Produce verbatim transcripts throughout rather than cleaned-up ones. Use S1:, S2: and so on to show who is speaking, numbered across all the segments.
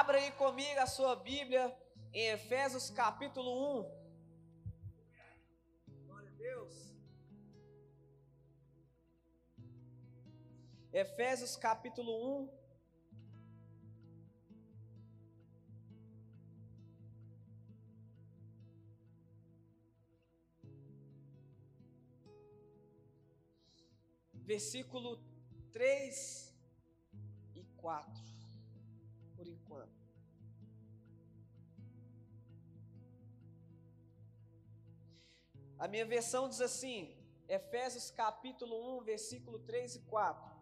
S1: Abra aí comigo a sua Bíblia em Efésios capítulo um. Glória a Deus. Efésios capítulo um. Versículo três e quatro, por enquanto. A minha versão diz assim, Efésios capítulo um, versículo três e quatro.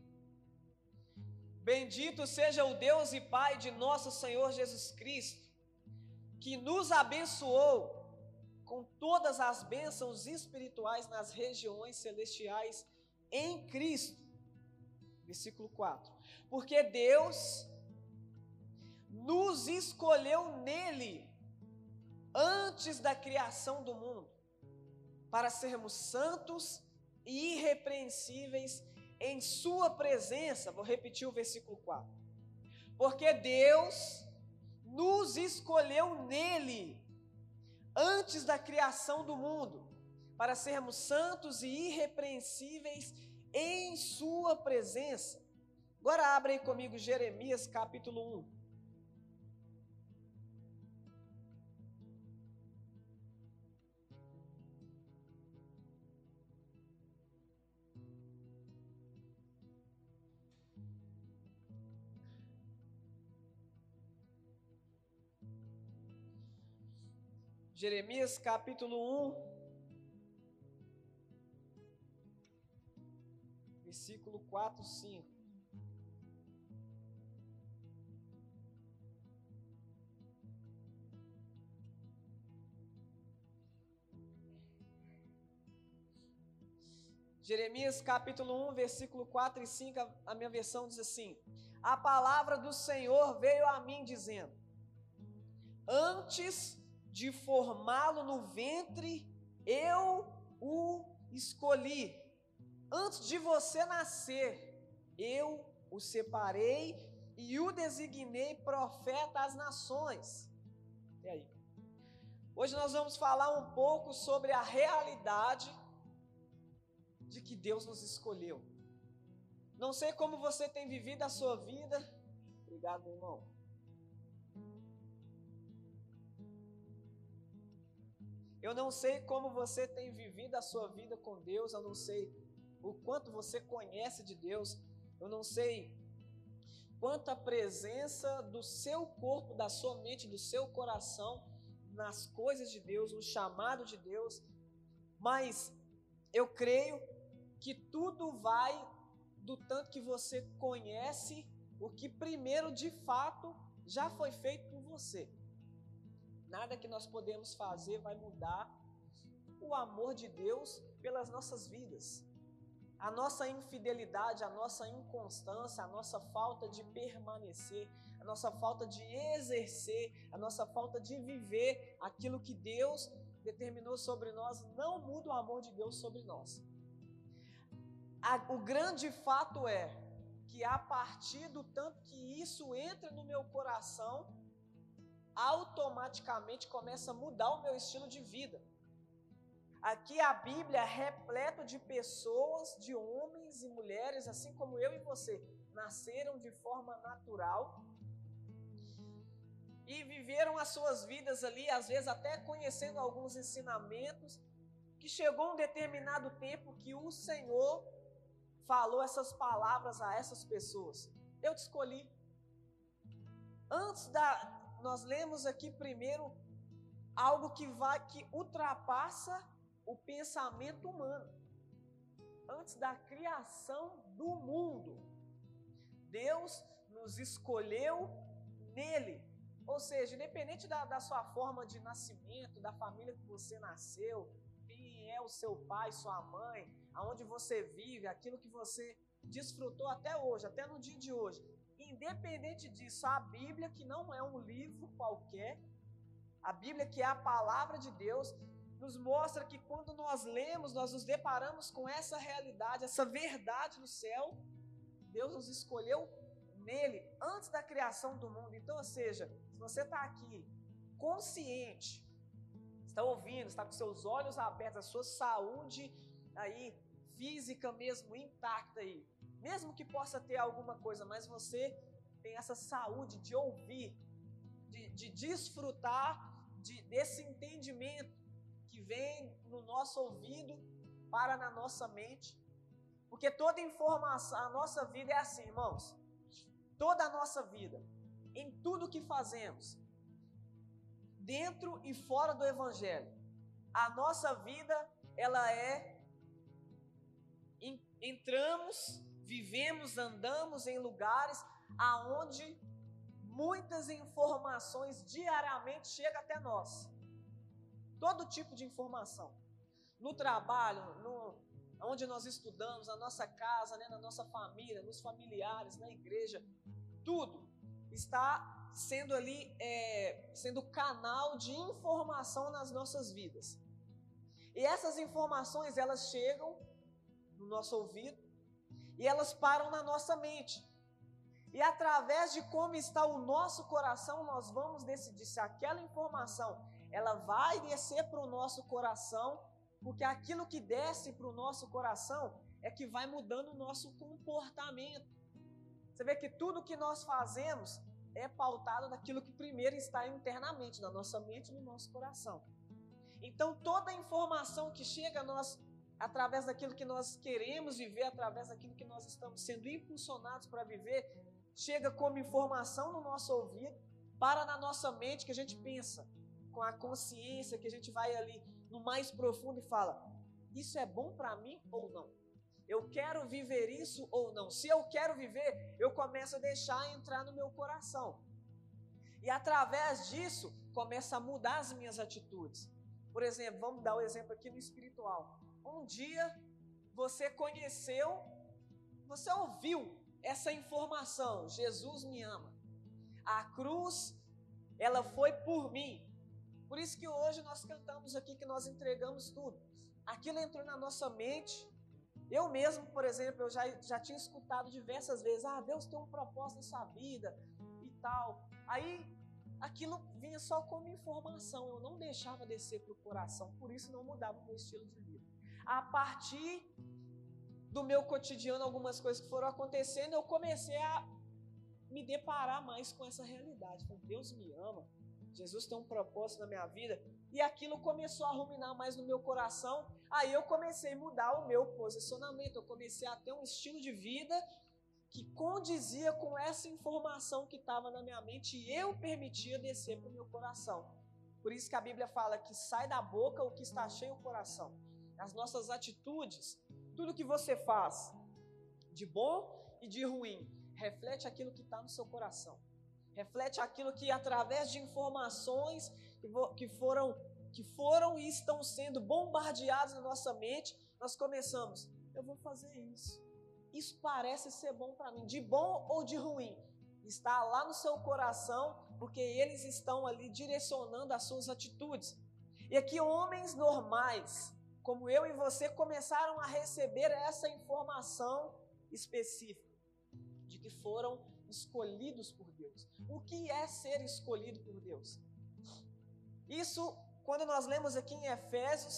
S1: Bendito seja o Deus e Pai de nosso Senhor Jesus Cristo, que nos abençoou com todas as bênçãos espirituais nas regiões celestiais em Cristo. Versículo quatro. Porque Deus nos escolheu nele antes da criação do mundo, para sermos santos e irrepreensíveis em sua presença. Vou repetir o versículo quatro. Porque Deus nos escolheu nele antes da criação do mundo, para sermos santos e irrepreensíveis em sua presença. Agora abre aí comigo Jeremias capítulo um. Jeremias capítulo um, versículo quatro, cinco. Jeremias capítulo um, versículo quatro e cinco, a minha versão diz assim: a palavra do Senhor veio a mim dizendo: antes de formá-lo no ventre, eu o escolhi. Antes de você nascer, eu o separei e o designei profeta às nações. E aí? Hoje nós vamos falar um pouco sobre a realidade de que Deus nos escolheu. Não sei como você tem vivido a sua vida. Obrigado, meu irmão. Eu não sei como você tem vivido a sua vida com Deus, eu não sei o quanto você conhece de Deus, eu não sei quanta presença do seu corpo, da sua mente, do seu coração nas coisas de Deus, no chamado de Deus, mas eu creio que tudo vai do tanto que você conhece o que primeiro de fato já foi feito por você. Nada que nós podemos fazer vai mudar o amor de Deus pelas nossas vidas. A nossa infidelidade, a nossa inconstância, a nossa falta de permanecer, a nossa falta de exercer, a nossa falta de viver aquilo que Deus determinou sobre nós, não muda o amor de Deus sobre nós. O grande fato é que a partir do tanto que isso entra no meu coração, automaticamente começa a mudar o meu estilo de vida. Aqui a Bíblia é repleta de pessoas, de homens e mulheres, assim como eu e você, nasceram de forma natural e viveram as suas vidas ali, às vezes até conhecendo alguns ensinamentos, que chegou um determinado tempo que o Senhor falou essas palavras a essas pessoas: eu te escolhi. Antes da... Nós lemos aqui primeiro algo que vai, que ultrapassa o pensamento humano. Antes da criação do mundo, Deus nos escolheu nele. Ou seja, independente da, da sua forma de nascimento, da família que você nasceu, quem é o seu pai, sua mãe, aonde você vive, aquilo que você desfrutou até hoje, até no dia de hoje. Independente disso, a Bíblia, que não é um livro qualquer, a Bíblia, que é a palavra de Deus, nos mostra que quando nós lemos, nós nos deparamos com essa realidade, essa verdade no céu. Deus nos escolheu nele antes da criação do mundo. Então, ou seja, se você está aqui consciente, está ouvindo, está com seus olhos abertos, a sua saúde aí física mesmo intacta aí, mesmo que possa ter alguma coisa, mas você tem essa saúde de ouvir, de, de desfrutar de, desse entendimento que vem no nosso ouvido para na nossa mente, porque toda informação, a nossa vida é assim, irmãos, toda a nossa vida, em tudo que fazemos, dentro e fora do Evangelho, a nossa vida, ela é, entramos, vivemos, andamos em lugares aonde muitas informações diariamente chegam até nós, todo tipo de informação, no trabalho, no, onde nós estudamos, na nossa casa, né, na nossa família, nos familiares, na igreja, tudo está sendo ali, é, sendo canal de informação nas nossas vidas. E essas informações, elas chegam no nosso ouvido e elas param na nossa mente. E através de como está o nosso coração, nós vamos decidir se aquela informação, ela vai descer para o nosso coração, porque aquilo que desce para o nosso coração é que vai mudando o nosso comportamento. Você vê que tudo que nós fazemos é pautado naquilo que primeiro está internamente, na nossa mente e no nosso coração. Então, toda a informação que chega a nós, através daquilo que nós queremos viver, através daquilo que nós estamos sendo impulsionados para viver, chega como informação no nosso ouvido, para na nossa mente, que a gente pensa, com a consciência, que a gente vai ali no mais profundo e fala, isso é bom para mim ou não? Eu quero viver isso ou não? Se eu quero viver, eu começo a deixar entrar no meu coração. E através disso, começa a mudar as minhas atitudes. Por exemplo, vamos dar o um exemplo aqui no espiritual. Um dia, você conheceu, você ouviu essa informação, Jesus me ama. A cruz, ela foi por mim. Por isso que hoje nós cantamos aqui que nós entregamos tudo. Aquilo entrou na nossa mente. Eu mesmo, por exemplo, eu já, já tinha escutado diversas vezes, ah, Deus tem um propósito nessa vida e tal. Aí, aquilo vinha só como informação, eu não deixava descer para o coração, por isso não mudava o meu estilo de vida. A partir do meu cotidiano, algumas coisas que foram acontecendo, eu comecei a me deparar mais com essa realidade. Falei, Deus me ama, Jesus tem um propósito na minha vida, e aquilo começou a ruminar mais no meu coração. Aí eu comecei a mudar o meu posicionamento, eu comecei a ter um estilo de vida que condizia com essa informação que estava na minha mente e eu permitia descer para o meu coração. Por isso que a Bíblia fala que sai da boca o que está cheio o coração. As nossas atitudes, tudo que você faz, de bom e de ruim, reflete aquilo que está no seu coração. Reflete aquilo que através de informações que foram, que foram e estão sendo bombardeadas na nossa mente, nós começamos, eu vou fazer isso. Isso parece ser bom para mim, de bom ou de ruim, está lá no seu coração, porque eles estão ali direcionando as suas atitudes. E aqui homens normais, como eu e você, começaram a receber essa informação específica, de que foram escolhidos por Deus. O que é ser escolhido por Deus? Isso, quando nós lemos aqui em Efésios,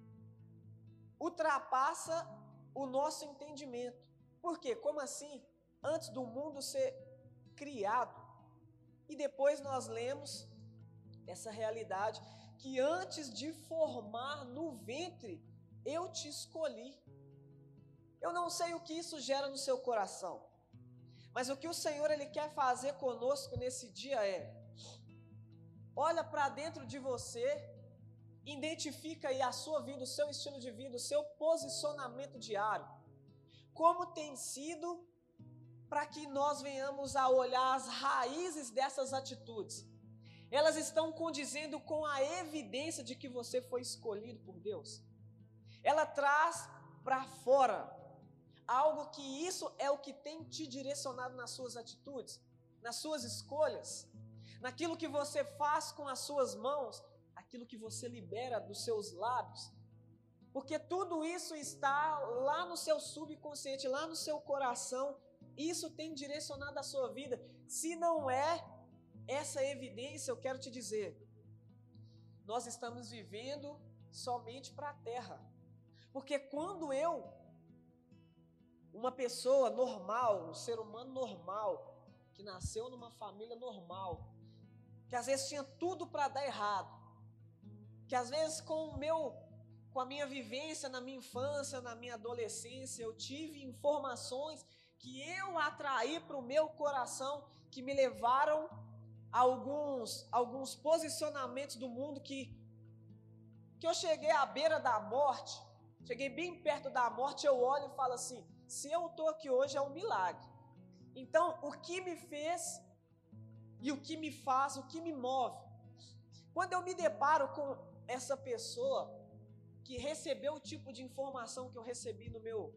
S1: ultrapassa o nosso entendimento. Por quê? Como assim? Antes do mundo ser criado. E depois nós lemos essa realidade que antes de formar no ventre, eu te escolhi. Eu não sei o que isso gera no seu coração, mas o que o Senhor ele quer fazer conosco nesse dia é, olha para dentro de você, identifica aí a sua vida, o seu estilo de vida, o seu posicionamento diário. Como tem sido para que nós venhamos a olhar as raízes dessas atitudes. Elas estão condizendo com a evidência de que você foi escolhido por Deus. Ela traz para fora algo que isso é o que tem te direcionado nas suas atitudes, nas suas escolhas, naquilo que você faz com as suas mãos, aquilo que você libera dos seus lábios. Porque tudo isso está lá no seu subconsciente, lá no seu coração, isso tem direcionado a sua vida? Se não é essa evidência, eu quero te dizer, nós estamos vivendo somente para a terra. Porque quando eu, uma pessoa normal, um ser humano normal, que nasceu numa família normal, que às vezes tinha tudo para dar errado, que às vezes com o meu, com a minha vivência na minha infância, na minha adolescência, eu tive informações que eu atraí para o meu coração, que me levaram a alguns, alguns posicionamentos do mundo que, que eu cheguei à beira da morte, cheguei bem perto da morte, eu olho e falo assim, se eu estou aqui hoje é um milagre. Então, o que me fez e o que me faz, o que me move, quando eu me deparo com essa pessoa que recebeu o tipo de informação que eu recebi no meu,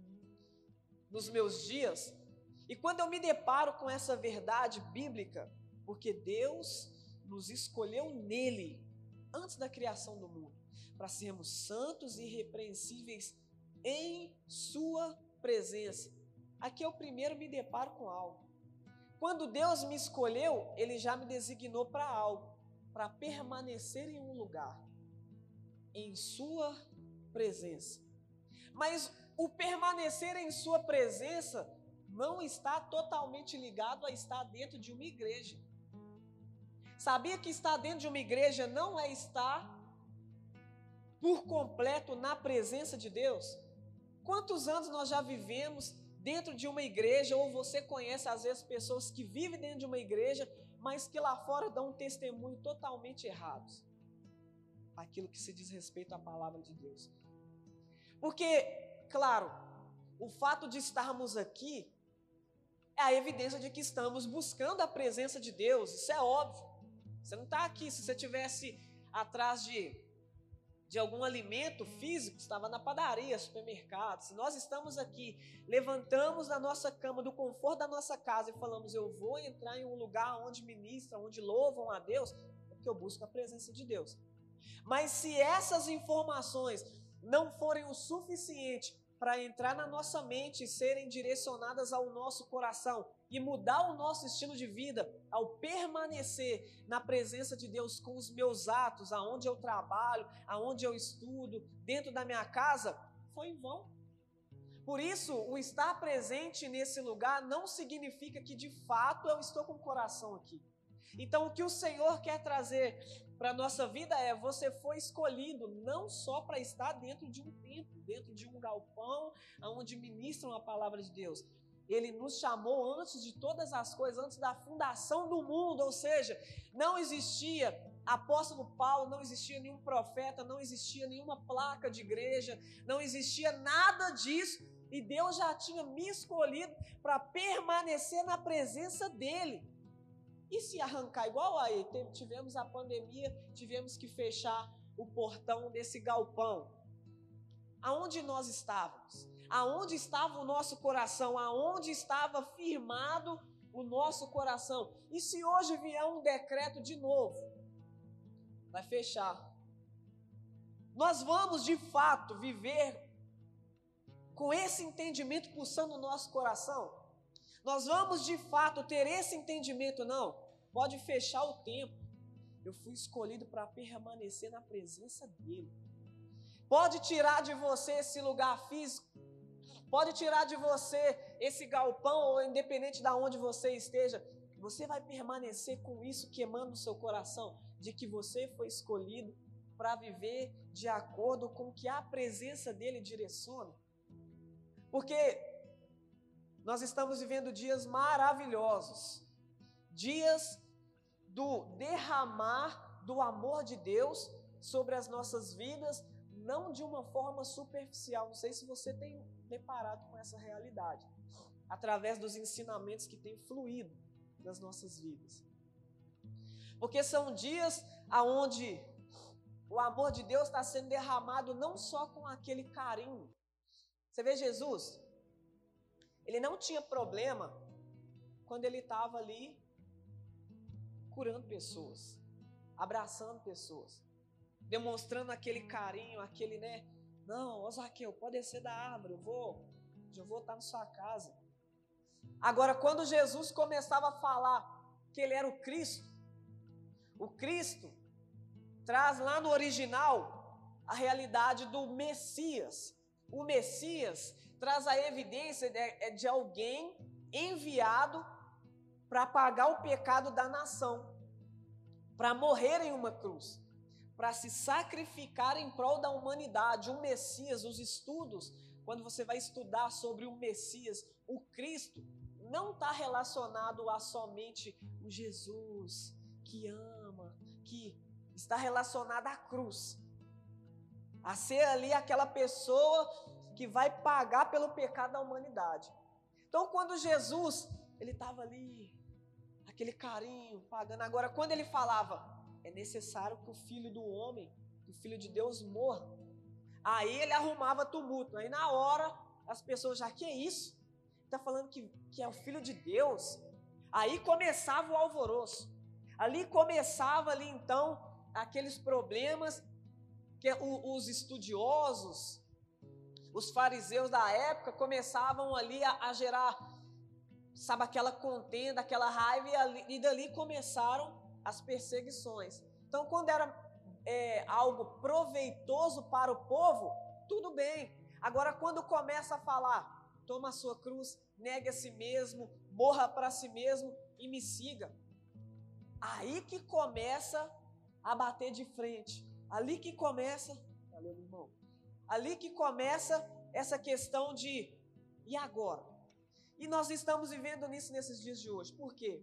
S1: nos meus dias, e quando eu me deparo com essa verdade bíblica, porque Deus nos escolheu nele, antes da criação do mundo, para sermos santos e irrepreensíveis em sua presença. Aqui eu primeiro me deparo com algo. Quando Deus me escolheu, Ele já me designou para algo, para permanecer em um lugar, em sua presença. Mas o permanecer em sua presença não está totalmente ligado a estar dentro de uma igreja. Sabia que estar dentro de uma igreja não é estar por completo na presença de Deus? Quantos anos nós já vivemos dentro de uma igreja, ou você conhece às vezes pessoas que vivem dentro de uma igreja, mas que lá fora dão um testemunho totalmente errado, aquilo que se diz respeito à palavra de Deus. Porque, claro, o fato de estarmos aqui é a evidência de que estamos buscando a presença de Deus, isso é óbvio. Você não está aqui, se você estivesse atrás de, de algum alimento físico, estava na padaria, supermercado. Se nós estamos aqui, levantamos da nossa cama, do conforto da nossa casa e falamos, eu vou entrar em um lugar onde ministram, onde louvam a Deus, é porque eu busco a presença de Deus. Mas se essas informações não forem o suficiente para entrar na nossa mente e serem direcionadas ao nosso coração e mudar o nosso estilo de vida, ao permanecer na presença de Deus com os meus atos, aonde eu trabalho, aonde eu estudo, dentro da minha casa, foi em vão. Por isso, o estar presente nesse lugar não significa que de fato eu estou com o coração aqui. Então, o que o Senhor quer trazer para a nossa vida é, você foi escolhido não só para estar dentro de um templo, dentro de um galpão, onde ministram a palavra de Deus. Ele nos chamou antes de todas as coisas, antes da fundação do mundo, ou seja, não existia apóstolo Paulo, não existia nenhum profeta, não existia nenhuma placa de igreja, não existia nada disso, e Deus já tinha me escolhido para permanecer na presença dEle. E se arrancar igual aí, tivemos a pandemia, tivemos que fechar o portão desse galpão. Aonde nós estávamos? Aonde estava o nosso coração? Aonde estava firmado o nosso coração? E se hoje vier um decreto de novo, vai fechar. Nós vamos de fato viver com esse entendimento pulsando no nosso coração? Nós vamos de fato ter esse entendimento? Não, pode fechar o tempo, eu fui escolhido para permanecer na presença dEle. Pode tirar de você esse lugar físico, pode tirar de você esse galpão, ou independente de onde você esteja, você vai permanecer com isso que emana no seu coração, de que você foi escolhido para viver de acordo com o que a presença dEle direciona. Porque nós estamos vivendo dias maravilhosos, dias do derramar do amor de Deus sobre as nossas vidas, não de uma forma superficial. Não sei se você tem deparado com essa realidade, através dos ensinamentos que têm fluído nas nossas vidas. Porque são dias onde o amor de Deus está sendo derramado não só com aquele carinho. Você vê Jesus? Ele não tinha problema quando ele estava ali curando pessoas, abraçando pessoas, demonstrando aquele carinho, aquele, né? Não, ô Zaqueu, pode descer da árvore, eu vou, eu vou estar na sua casa. Agora, quando Jesus começava a falar que ele era o Cristo, o Cristo traz lá no original a realidade do Messias. O Messias traz a evidência de, de alguém enviado para pagar o pecado da nação, para morrer em uma cruz, para se sacrificar em prol da humanidade. O Messias, os estudos, quando você vai estudar sobre o Messias, o Cristo, não está relacionado a somente o Jesus que ama, que está relacionado à cruz, a ser ali aquela pessoa que vai pagar pelo pecado da humanidade. Então, quando Jesus, ele estava ali, aquele carinho, pagando. Agora, quando ele falava, é necessário que o Filho do Homem, que o Filho de Deus morra, aí ele arrumava tumulto. Aí na hora, as pessoas já, que é isso? Está falando que, que é o Filho de Deus? Aí começava o alvoroço. Ali começava ali então, aqueles problemas que os estudiosos, os fariseus da época começavam ali a, a gerar, sabe, aquela contenda, aquela raiva, e, ali, e dali começaram as perseguições. Então, quando era é, algo proveitoso para o povo, tudo bem. Agora, quando começa a falar, toma a sua cruz, negue a si mesmo, morra para si mesmo e me siga, aí que começa a bater de frente. Ali que começa, valeu, irmão, ali que começa essa questão de, e agora? E nós estamos vivendo nisso nesses dias de hoje. Por quê?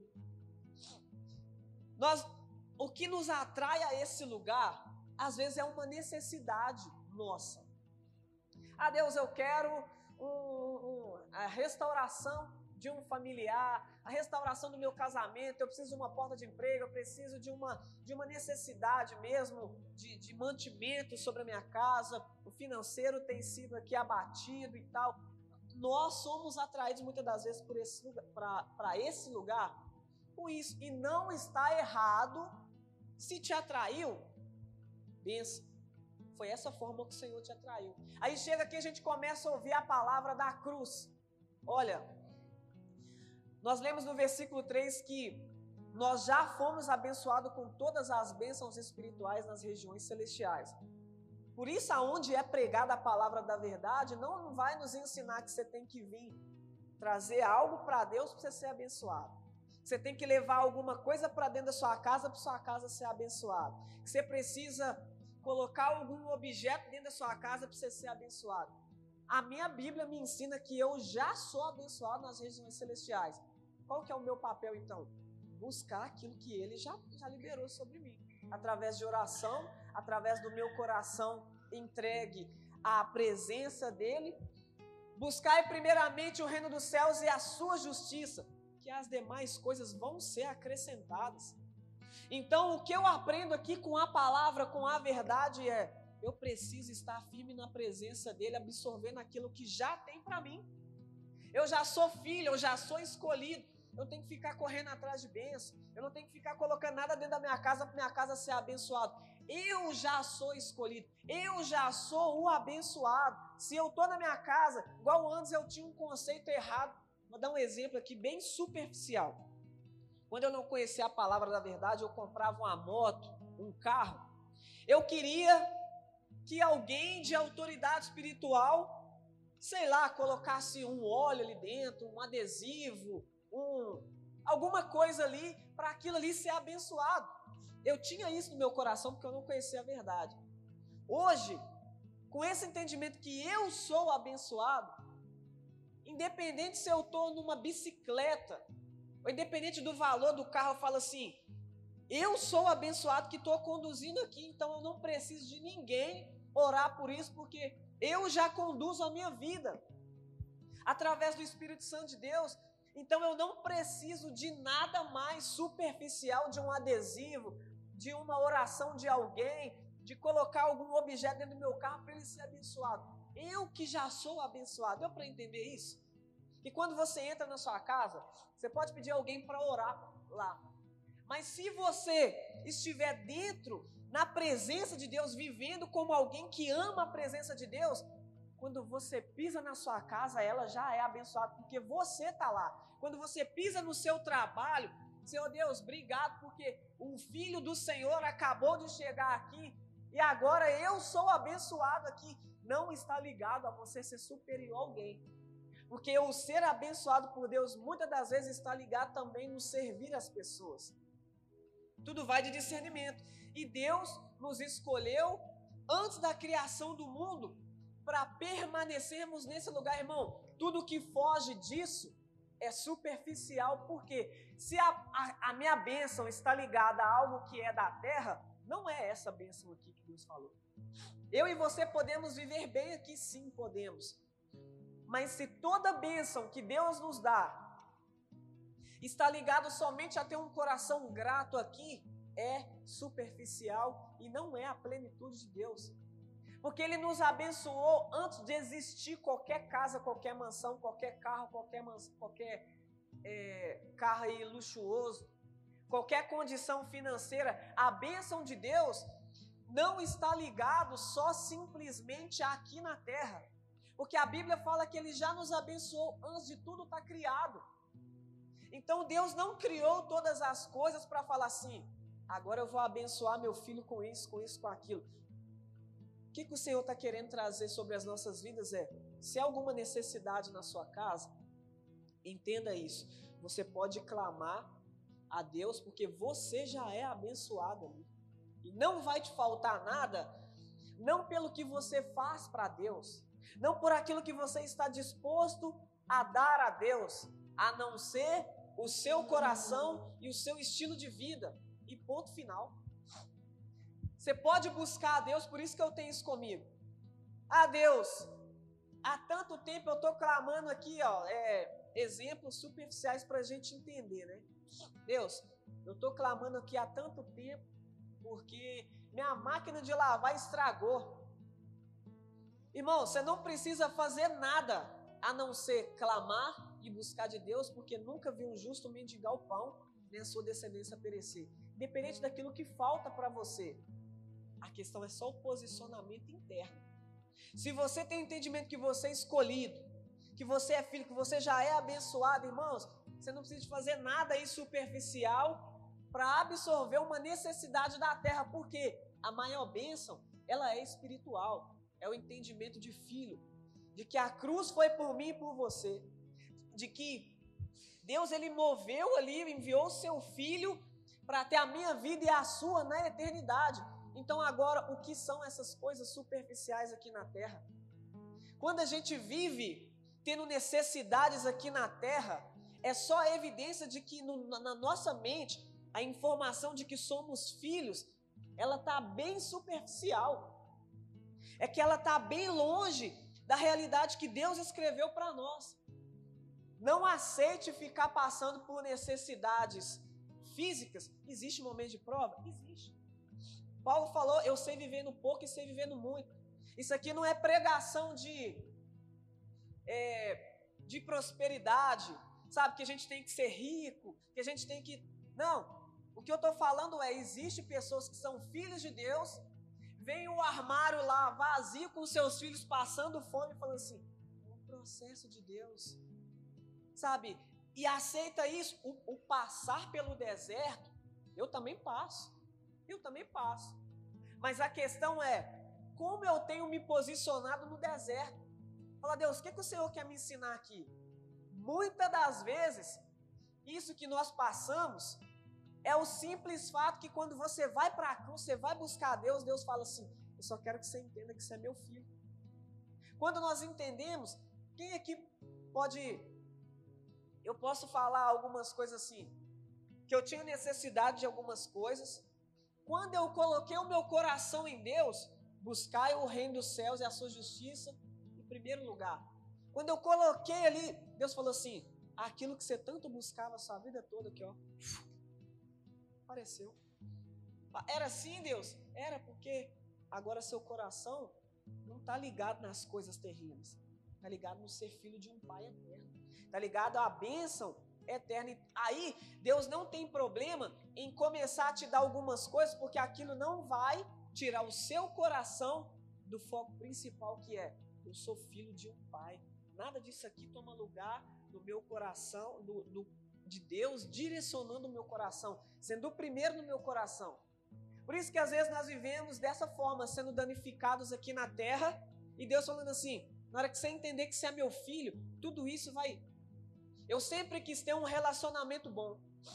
S1: Nós, o que nos atrai a esse lugar, às vezes é uma necessidade nossa. Ah, Deus, eu quero um, um, a restauração de um familiar, a restauração do meu casamento, eu preciso de uma porta de emprego, eu preciso de uma, de uma necessidade mesmo de, de mantimento sobre a minha casa, o financeiro tem sido aqui abatido e tal. Nós somos atraídos muitas das vezes por esse lugar, para esse lugar com isso, e não está errado. Se te atraiu, benção, foi essa forma que o Senhor te atraiu. Aí chega aqui, a gente começa a ouvir a palavra da cruz. Olha, nós lemos no versículo três que nós já fomos abençoados com todas as bênçãos espirituais nas regiões celestiais. Por isso, aonde é pregada a palavra da verdade, não vai nos ensinar que você tem que vir trazer algo para Deus para você ser abençoado. Você tem que levar alguma coisa para dentro da sua casa para sua casa ser abençoada. Que você precisa colocar algum objeto dentro da sua casa para você ser abençoado. A minha Bíblia me ensina que eu já sou abençoado nas regiões celestiais. Qual que é o meu papel então? Buscar aquilo que Ele já, já liberou sobre mim. Através de oração, através do meu coração entregue à presença dEle. Buscai primeiramente o reino dos céus e a sua justiça, que as demais coisas vão ser acrescentadas. Então, o que eu aprendo aqui com a palavra, com a verdade é, eu preciso estar firme na presença dEle, absorvendo aquilo que já tem para mim. Eu já sou filho, eu já sou escolhido. Eu tenho que ficar correndo atrás de bênção. Eu não tenho que ficar colocando nada dentro da minha casa para minha casa ser abençoada. Eu já sou escolhido. Eu já sou o abençoado. Se eu estou na minha casa, igual antes eu tinha um conceito errado. Vou dar um exemplo aqui bem superficial. Quando eu não conhecia a palavra da verdade, eu comprava uma moto, um carro. Eu queria que alguém de autoridade espiritual, sei lá, colocasse um óleo ali dentro, um adesivo, um, alguma coisa ali, para aquilo ali ser abençoado. Eu tinha isso no meu coração porque eu não conhecia a verdade. Hoje, com esse entendimento que eu sou abençoado, independente se eu estou numa bicicleta, ou independente do valor do carro, eu falo assim, eu sou abençoado que estou conduzindo aqui, então eu não preciso de ninguém orar por isso, porque eu já conduzo a minha vida, através do Espírito Santo de Deus. Então eu não preciso de nada mais superficial, de um adesivo, de uma oração de alguém, de colocar algum objeto dentro do meu carro para ele ser abençoado. Eu que já sou abençoado. Deu para entender isso? E quando você entra na sua casa, você pode pedir alguém para orar lá. Mas se você estiver dentro, na presença de Deus, vivendo como alguém que ama a presença de Deus, quando você pisa na sua casa, ela já é abençoada, porque você está lá. Quando você pisa no seu trabalho, Senhor Deus, obrigado, porque o Filho do Senhor acabou de chegar aqui, e agora eu sou abençoado aqui. Não está ligado a você ser superior a alguém, porque o ser abençoado por Deus, muitas das vezes está ligado também no servir as pessoas. Tudo vai de discernimento, e Deus nos escolheu antes da criação do mundo, para permanecermos nesse lugar, irmão. Tudo que foge disso é superficial, porque se a, a, a minha bênção está ligada a algo que é da terra, não é essa bênção aqui que Deus falou. Eu e você podemos viver bem aqui, sim, podemos. Mas se toda bênção que Deus nos dá está ligado somente a ter um coração grato aqui, é superficial e não é a plenitude de Deus. Porque Ele nos abençoou antes de existir qualquer casa, qualquer mansão, qualquer carro, qualquer, mansão, qualquer é, carro aí luxuoso, qualquer condição financeira. A bênção de Deus não está ligado só simplesmente aqui na terra. Porque a Bíblia fala que Ele já nos abençoou antes de tudo estar criado. Então Deus não criou todas as coisas para falar assim, agora eu vou abençoar meu filho com isso, com isso, com aquilo. O que, que o Senhor está querendo trazer sobre as nossas vidas é, se há alguma necessidade na sua casa, entenda isso. Você pode clamar a Deus, porque você já é abençoado ali. E não vai te faltar nada, não pelo que você faz para Deus, não por aquilo que você está disposto a dar a Deus, a não ser o seu coração e o seu estilo de vida. E ponto final. Você pode buscar a Deus, por isso que eu tenho isso comigo. Ah, Deus, há tanto tempo eu estou clamando aqui, ó, é, exemplos superficiais para a gente entender, né? Deus, eu estou clamando aqui há tanto tempo, porque minha máquina de lavar estragou. Irmão, você não precisa fazer nada, a não ser clamar e buscar de Deus, porque nunca vi um justo mendigar o pão, nem a sua descendência perecer. Independente daquilo que falta para você. A questão é só o posicionamento interno. Se você tem o entendimento que você é escolhido, que você é filho, que você já é abençoado, irmãos, você não precisa fazer nada aí superficial para absorver uma necessidade da terra, porque a maior bênção, ela é espiritual, é o entendimento de filho, de que a cruz foi por mim e por você, de que Deus, Ele moveu ali, enviou o seu filho para ter a minha vida e a sua na eternidade. Então agora, o que são essas coisas superficiais aqui na terra? Quando a gente vive tendo necessidades aqui na terra, é só a evidência de que no, na nossa mente, a informação de que somos filhos, ela está bem superficial. É que ela está bem longe da realidade que Deus escreveu para nós. Não aceite ficar passando por necessidades físicas. Existe momento de prova? Existe. Paulo falou, eu sei viver no pouco e sei viver no muito. Isso aqui não é pregação de, é, de prosperidade, sabe? Que a gente tem que ser rico, que a gente tem que... Não, o que eu estou falando é, existe pessoas que são filhos de Deus, vem o armário lá vazio com seus filhos passando fome e falando assim, é um processo de Deus, sabe? E aceita isso, o, o passar pelo deserto, eu também passo. Eu também passo. Mas a questão é, como eu tenho me posicionado no deserto? Fala, Deus, o que, que o Senhor quer me ensinar aqui? Muitas das vezes, isso que nós passamos é o simples fato que quando você vai para a cruz, você vai buscar a Deus, Deus fala assim, eu só quero que você entenda que você é meu filho. Quando nós entendemos, quem aqui pode... Eu posso falar algumas coisas assim, que eu tinha necessidade de algumas coisas. Quando eu coloquei o meu coração em Deus, buscai o reino dos céus e a sua justiça em primeiro lugar. Quando eu coloquei ali, Deus falou assim, aquilo que você tanto buscava a sua vida toda aqui, ó, apareceu. Era assim, Deus? Era porque agora seu coração não está ligado nas coisas terrenas, está ligado no ser filho de um pai eterno, está ligado à bênção eterna. Aí Deus não tem problema em começar a te dar algumas coisas, porque aquilo não vai tirar o seu coração do foco principal, que é Eu sou filho de um pai. Nada disso aqui toma lugar no meu coração, do, do, de Deus direcionando o meu coração, sendo o primeiro no meu coração. Por isso que às vezes nós vivemos dessa forma, sendo danificados aqui na terra, e Deus falando assim, na hora que você entender que você é meu filho, tudo isso vai... Eu sempre quis ter um relacionamento bom.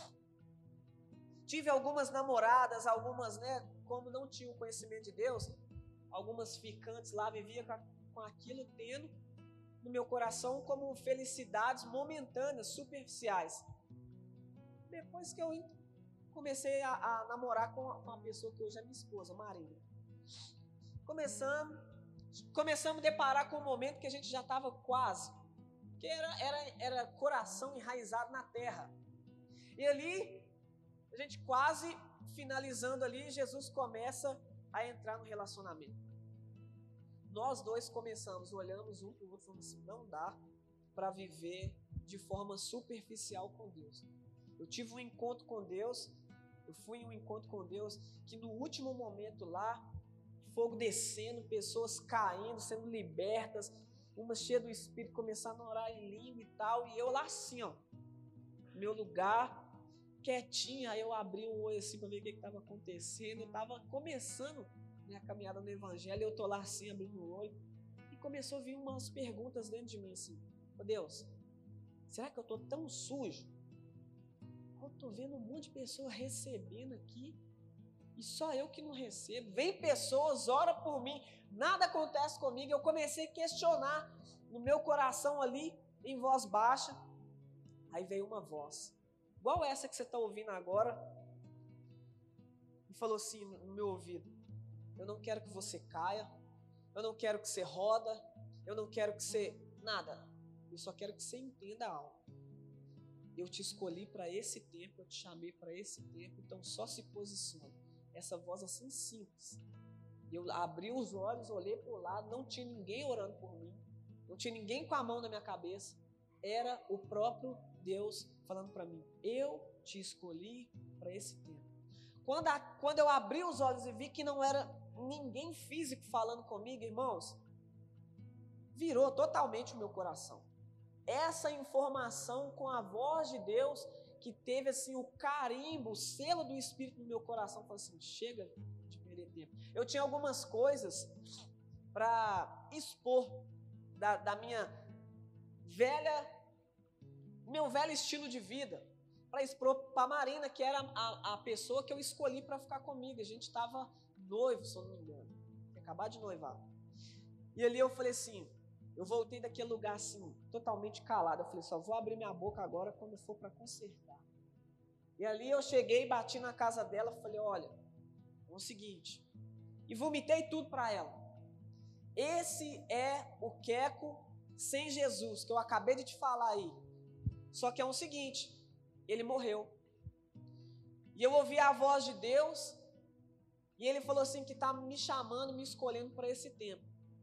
S1: Tive algumas namoradas, algumas, né, como não tinham o conhecimento de Deus, algumas ficantes lá, vivia com, a, com aquilo tendo no meu coração como felicidades momentâneas, superficiais. Depois que eu comecei a, a namorar com uma pessoa que hoje é minha esposa, Marina, começamos, começamos a deparar com um momento que a gente já estava quase, que era, era, era coração enraizado na terra. E ali, a gente quase finalizando ali, Jesus começa a entrar no relacionamento. Nós dois começamos, olhamos um para o outro, falando assim, não dá para viver de forma superficial com Deus. Eu tive um encontro com Deus, eu fui em um encontro com Deus, que no último momento lá, fogo descendo, pessoas caindo, sendo libertas, uma cheia do Espírito, começando a orar em língua e tal, e eu lá assim, ó, meu lugar, quietinho, aí eu abri um olho assim para ver o que estava acontecendo, eu estava começando minha caminhada no Evangelho, eu tô lá assim, abrindo o olho, e começou a vir umas perguntas dentro de mim assim, ô Deus, será que eu tô tão sujo? Eu tô vendo um monte de pessoas recebendo aqui, e só eu que não recebo, vem pessoas, ora por mim, nada acontece comigo, eu comecei a questionar no meu coração ali, em voz baixa, aí veio uma voz, igual essa que você está ouvindo agora, e falou assim no meu ouvido, eu não quero que você caia, eu não quero que você roda, eu não quero que você... nada, eu só quero que você entenda algo. Eu te escolhi para esse tempo, eu te chamei para esse tempo, então só se posicione. Essa voz assim simples. Eu abri os olhos, olhei para o lado, não tinha ninguém orando por mim, não tinha ninguém com a mão na minha cabeça, era o próprio Deus falando para mim, eu te escolhi para esse tempo. Quando, a, quando eu abri os olhos e vi que não era ninguém físico falando comigo, irmãos, virou totalmente o meu coração. Essa informação com a voz de Deus, que teve assim o carimbo, o selo do Espírito no meu coração, falou assim, chega de perder tempo. Eu tinha algumas coisas para expor da, da minha velha, meu velho estilo de vida, para expor para a Marina, que era a, a pessoa que eu escolhi para ficar comigo. A gente estava noivo, se eu não me engano, tinha acabado de noivar. E ali eu falei assim, eu voltei daquele lugar assim, totalmente calado. Eu falei, só vou abrir minha boca agora quando for para consertar. E ali eu cheguei, bati na casa dela, falei, olha, é o seguinte, e vomitei tudo para ela. Esse é o Queco sem Jesus, que eu acabei de te falar aí. Só que é o seguinte, ele morreu. E eu ouvi a voz de Deus, e ele falou assim que está me chamando, me escolhendo para esse tempo.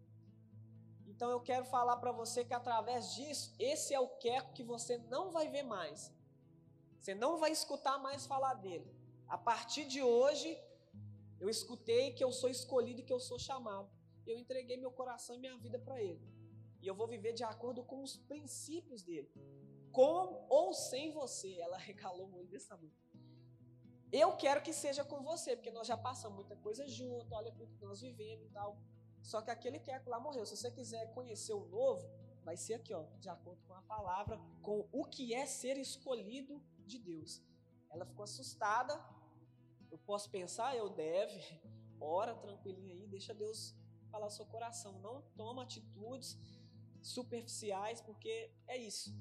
S1: Então eu quero falar para você que através disso, esse é o Queco que você não vai ver mais. Você não vai escutar mais falar dele. A partir de hoje, eu escutei que eu sou escolhido e que eu sou chamado. Eu entreguei meu coração e minha vida para ele. E eu vou viver de acordo com os princípios dele. Com ou sem você. Ela regalou muito desse tamanho. Eu quero que seja com você, porque nós já passamos muita coisa junto, olha tudo que nós vivemos e tal. Só que aquele Queco lá morreu. Se você quiser conhecer o novo, vai ser aqui, ó, de acordo com a palavra, com o que é ser escolhido de Deus. Ela ficou assustada. Eu posso pensar, eu deve. Ora tranquilinha aí, deixa Deus falar o seu coração. Não toma atitudes superficiais, porque é isso.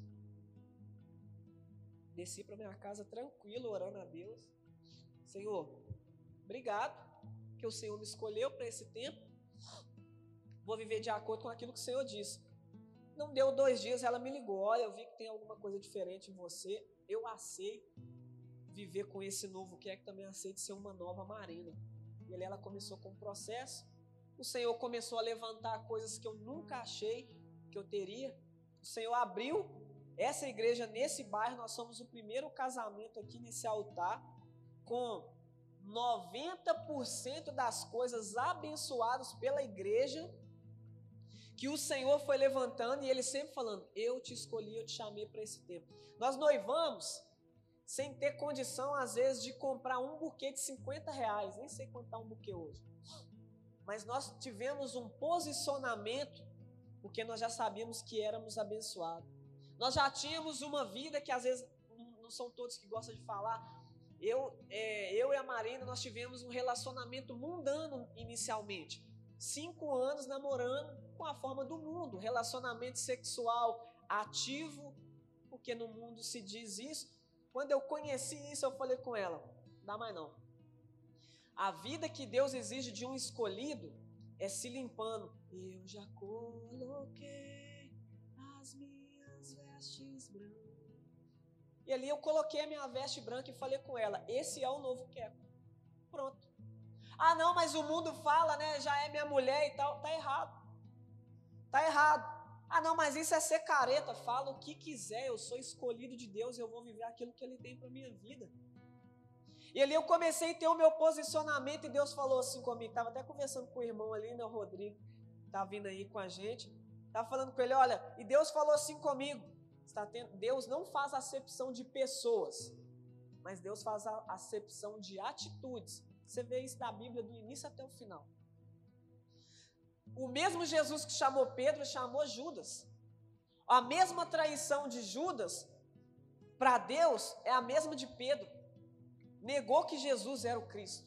S1: Desci para minha casa tranquilo, orando a Deus. Senhor, obrigado que o Senhor me escolheu para esse tempo. Vou viver de acordo com aquilo que o Senhor disse. Não deu dois dias, ela me ligou. Olha, eu vi que tem alguma coisa diferente em você. Eu aceito viver com esse novo que é que também aceito ser uma nova Marina. E ali ela começou com um processo. O Senhor começou a levantar coisas que eu nunca achei que eu teria. O Senhor abriu essa igreja nesse bairro. Nós somos o primeiro casamento aqui nesse altar com noventa por cento das coisas abençoadas pela igreja, que o Senhor foi levantando e Ele sempre falando, eu te escolhi, eu te chamei para esse tempo. Nós noivamos sem ter condição, às vezes, de comprar um buquê de cinquenta reais, nem sei quanto está um buquê hoje. Mas nós tivemos um posicionamento, porque nós já sabíamos que éramos abençoados. Nós já tínhamos uma vida que às vezes, não são todos que gostam de falar, eu, é, eu e a Marina, nós tivemos um relacionamento mundano inicialmente. Cinco anos namorando com a forma do mundo, relacionamento sexual ativo, porque no mundo se diz isso. Quando eu conheci isso, eu falei com ela, não dá mais não. A vida que Deus exige de um escolhido é se limpando. Eu já coloquei as minhas vestes brancas. E ali eu coloquei a minha veste branca e falei com ela, esse é o novo Keco. Pronto. Ah não, mas o mundo fala, né, já é minha mulher e tal. Tá errado. Tá errado. Ah não, mas isso é ser careta. Fala o que quiser, eu sou escolhido de Deus, eu vou viver aquilo que Ele tem para minha vida. E ali eu comecei a ter o meu posicionamento e Deus falou assim comigo, estava até conversando com o irmão ali, né, o Rodrigo, está vindo aí com a gente, estava falando com ele, olha, e Deus falou assim comigo, está tendo, Deus não faz acepção de pessoas, mas Deus faz a acepção de atitudes. Você vê isso da Bíblia do início até o final. O mesmo Jesus que chamou Pedro, chamou Judas. A mesma traição de Judas, para Deus, é a mesma de Pedro. Negou que Jesus era o Cristo.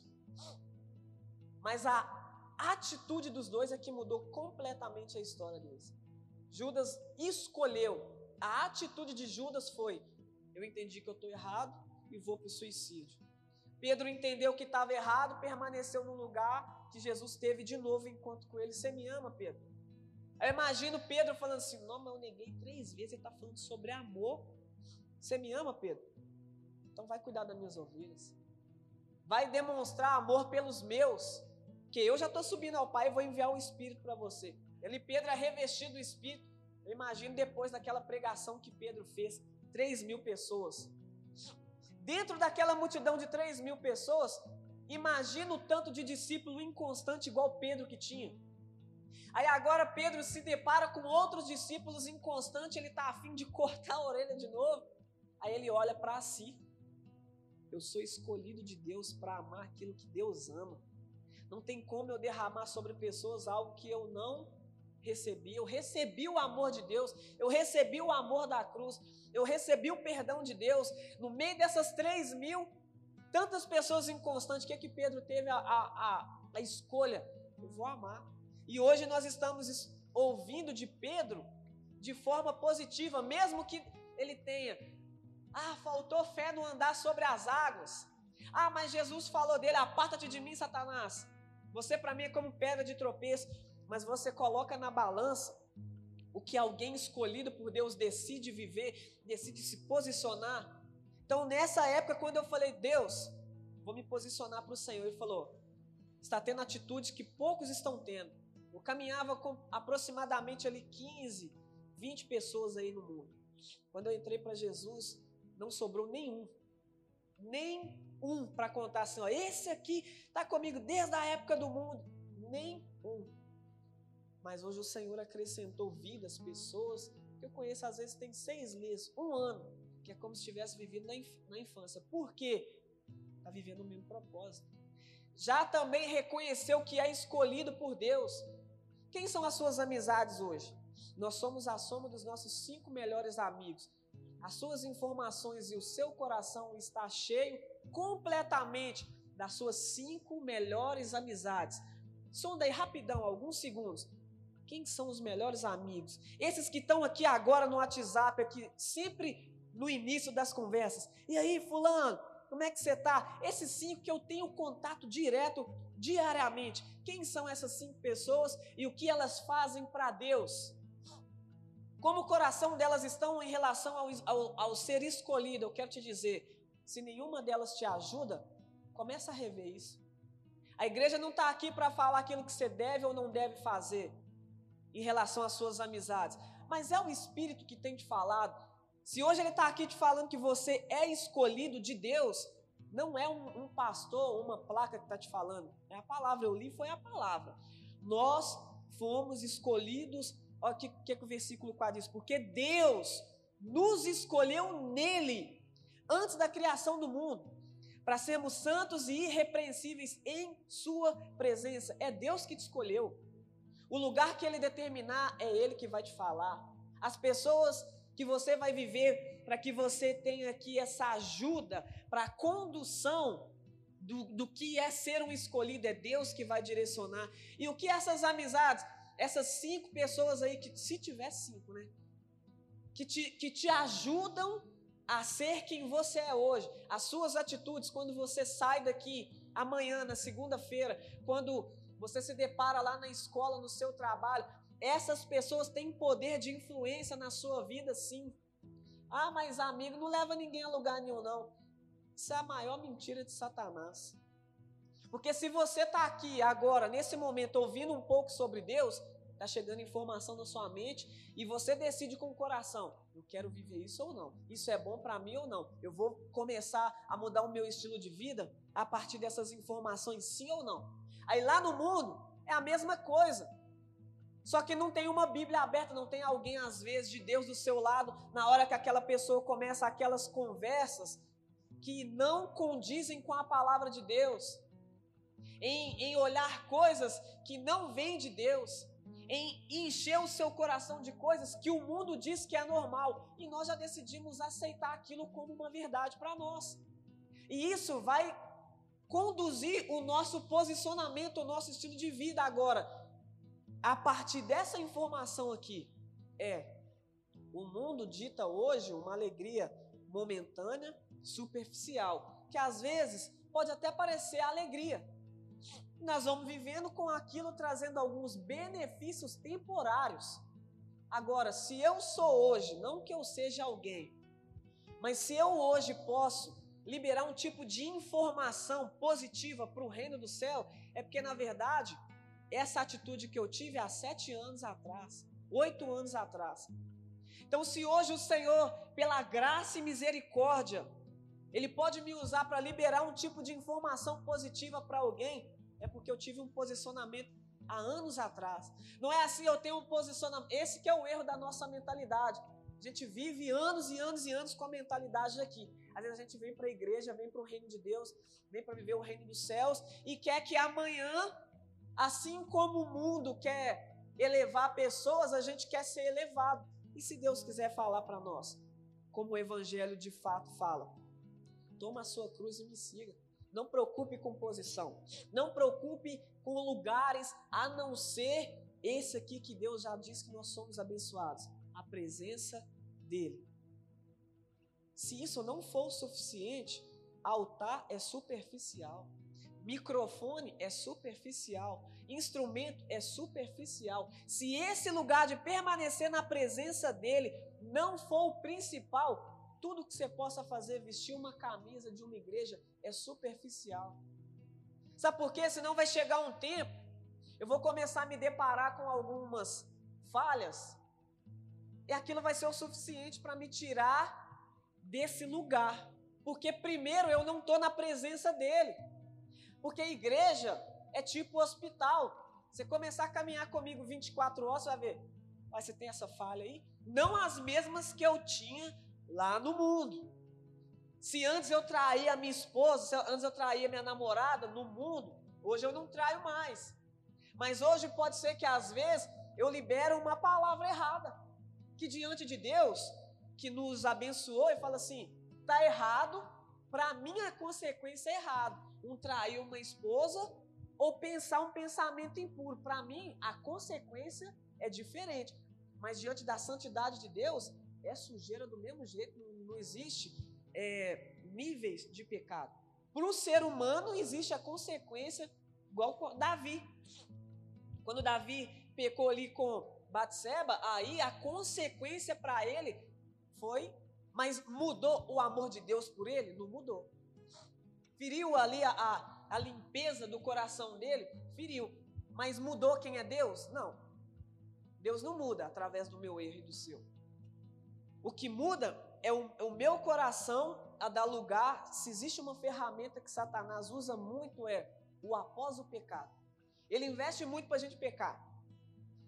S1: Mas a atitude dos dois é que mudou completamente a história deles. Judas escolheu. A atitude de Judas foi, eu entendi que eu estou errado e vou para o suicídio. Pedro entendeu que estava errado, permaneceu no lugar que Jesus esteve de novo enquanto com ele. Você me ama, Pedro? Eu imagino Pedro falando assim, não, mas eu neguei três vezes, ele está falando sobre amor. Você me ama, Pedro? Então vai cuidar das minhas ovelhas. Vai demonstrar amor pelos meus, que eu já estou subindo ao Pai e vou enviar o Espírito para você. Ele, Pedro, é revestido do Espírito. Eu imagino depois daquela pregação que Pedro fez, três mil pessoas. Dentro daquela multidão de três mil pessoas, imagina o tanto de discípulo inconstante igual Pedro que tinha. Aí agora Pedro se depara com outros discípulos inconstantes, ele está a fim de cortar a orelha de novo. Aí ele olha para si. Eu sou escolhido de Deus para amar aquilo que Deus ama. Não tem como eu derramar sobre pessoas algo que eu não recebi. Eu recebi o amor de Deus, eu recebi o amor da cruz, eu recebi o perdão de Deus. No meio dessas três mil, tantas pessoas inconstantes, o que é que Pedro teve a, a, a, a escolha? Eu vou amar. E hoje nós estamos ouvindo de Pedro de forma positiva, mesmo que ele tenha, ah, faltou fé no andar sobre as águas. Ah, mas Jesus falou dele, aparta-te de mim, Satanás. Você para mim é como pedra de tropeço. Mas você coloca na balança o que alguém escolhido por Deus decide viver, decide se posicionar. Então nessa época, quando eu falei, Deus, vou me posicionar para o Senhor, Ele falou, está tendo atitudes que poucos estão tendo. Eu caminhava com aproximadamente ali quinze, vinte pessoas aí no mundo. Quando eu entrei para Jesus, não sobrou nenhum, nem um para contar assim, ó, esse aqui está comigo desde a época do mundo, nem um. Mas hoje o Senhor acrescentou vidas, pessoas que eu conheço às vezes tem seis meses, um ano, que é como se tivesse vivido na, inf- na infância. Por quê? Está vivendo o mesmo propósito. Já também reconheceu que é escolhido por Deus. Quem são as suas amizades hoje? Nós somos a soma dos nossos cinco melhores amigos. As suas informações e o seu coração está cheio completamente das suas cinco melhores amizades. Sonda aí rapidão, alguns segundos. Quem são os melhores amigos? Esses que estão aqui agora no WhatsApp, aqui, sempre no início das conversas. E aí, fulano, como é que você está? Esses cinco que eu tenho contato direto, diariamente. Quem são essas cinco pessoas e o que elas fazem para Deus? Como o coração delas estão em relação ao, ao, ao ser escolhido? Eu quero te dizer, se nenhuma delas te ajuda, começa a rever isso. A igreja não está aqui para falar aquilo que você deve ou não deve fazer em relação às suas amizades, mas é o Espírito que tem te falado. Se hoje ele está aqui te falando que você é escolhido de Deus, não é um, um pastor, uma placa que está te falando, é a palavra. Eu li, foi a palavra. Nós fomos escolhidos Olha o que, que, que o versículo quatro diz. Porque Deus nos escolheu nele, antes da criação do mundo, para sermos santos e irrepreensíveis em sua presença. É Deus que te escolheu. O lugar que Ele determinar, é Ele que vai te falar. As pessoas que você vai viver, para que você tenha aqui essa ajuda para a condução do, do que é ser um escolhido, é Deus que vai direcionar. E o que essas amizades, essas cinco pessoas aí, que se tiver cinco, né? Que te, que te ajudam a ser quem você é hoje. As suas atitudes, quando você sai daqui amanhã, na segunda-feira, quando você se depara lá na escola, no seu trabalho, essas pessoas têm poder de influência na sua vida, sim. Ah, mas amigo, não leva ninguém a lugar nenhum, não. Isso é a maior mentira de Satanás. Porque se você está aqui agora, nesse momento, ouvindo um pouco sobre Deus, está chegando informação na sua mente e você decide com o coração, eu quero viver isso ou não, isso é bom para mim ou não, eu vou começar a mudar o meu estilo de vida a partir dessas informações, sim ou não. Aí lá no mundo é a mesma coisa, só que não tem uma Bíblia aberta, não tem alguém às vezes de Deus do seu lado, na hora que aquela pessoa começa aquelas conversas que não condizem com a palavra de Deus, em, em olhar coisas que não vêm de Deus, em encher o seu coração de coisas que o mundo diz que é normal, e nós já decidimos aceitar aquilo como uma verdade para nós, e isso vai conduzir o nosso posicionamento, o nosso estilo de vida. Agora, a partir dessa informação aqui, é, o mundo dita hoje uma alegria momentânea, superficial, que às vezes pode até parecer alegria. Nós vamos vivendo com aquilo, trazendo alguns benefícios temporários. Agora, se eu sou hoje, não que eu seja alguém, mas se eu hoje posso liberar um tipo de informação positiva para o reino do céu, é porque, na verdade, essa atitude que eu tive há sete anos atrás, oito anos atrás. Então, se hoje o Senhor, pela graça e misericórdia, Ele pode me usar para liberar um tipo de informação positiva para alguém, é porque eu tive um posicionamento há anos atrás. Não é assim, eu tenho um posicionamento. Esse que é o erro da nossa mentalidade. A gente vive anos e anos e anos com a mentalidade aqui. Às vezes a gente vem para a igreja, vem para o reino de Deus, vem para viver o reino dos céus e quer que amanhã, assim como o mundo quer elevar pessoas, a gente quer ser elevado. E se Deus quiser falar para nós, como o evangelho de fato fala, toma a sua cruz e me siga. Não preocupe com posição, não preocupe com lugares, a não ser esse aqui que Deus já disse que nós somos abençoados, a presença dEle. Se isso não for o suficiente, altar é superficial, microfone é superficial, instrumento é superficial. Se esse lugar de permanecer na presença dEle não for o principal, tudo que você possa fazer, vestir uma camisa de uma igreja, é superficial. Sabe por quê? Senão vai chegar um tempo, eu vou começar a me deparar com algumas falhas, e aquilo vai ser o suficiente para me tirar desse lugar. Porque primeiro eu não estou na presença dele. Porque a igreja é tipo hospital. Você começar a caminhar comigo vinte e quatro horas, você vai ver, mas você tem essa falha aí? Não as mesmas que eu tinha lá no mundo. Se antes eu traía a minha esposa, se antes eu traía minha namorada no mundo, hoje eu não traio mais. Mas hoje pode ser que às vezes eu libero uma palavra errada, que diante de Deus, que nos abençoou e fala assim, está errado, para mim a consequência é errado. Um trair uma esposa ou pensar um pensamento impuro, para mim a consequência é diferente. Mas diante da santidade de Deus, é sujeira do mesmo jeito, não, não existe é, níveis de pecado. Para o ser humano existe a consequência, igual com Davi. Quando Davi pecou ali com Batseba, aí a consequência para ele foi, mas mudou o amor de Deus por ele? Não mudou. Feriu ali a, a, a limpeza do coração dele? Feriu. Mas mudou quem é Deus? Não. Deus não muda através do meu erro e do seu. O que muda é o, é o meu coração a dar lugar. Se existe uma ferramenta que Satanás usa muito, é o após o pecado. Ele investe muito para a gente pecar.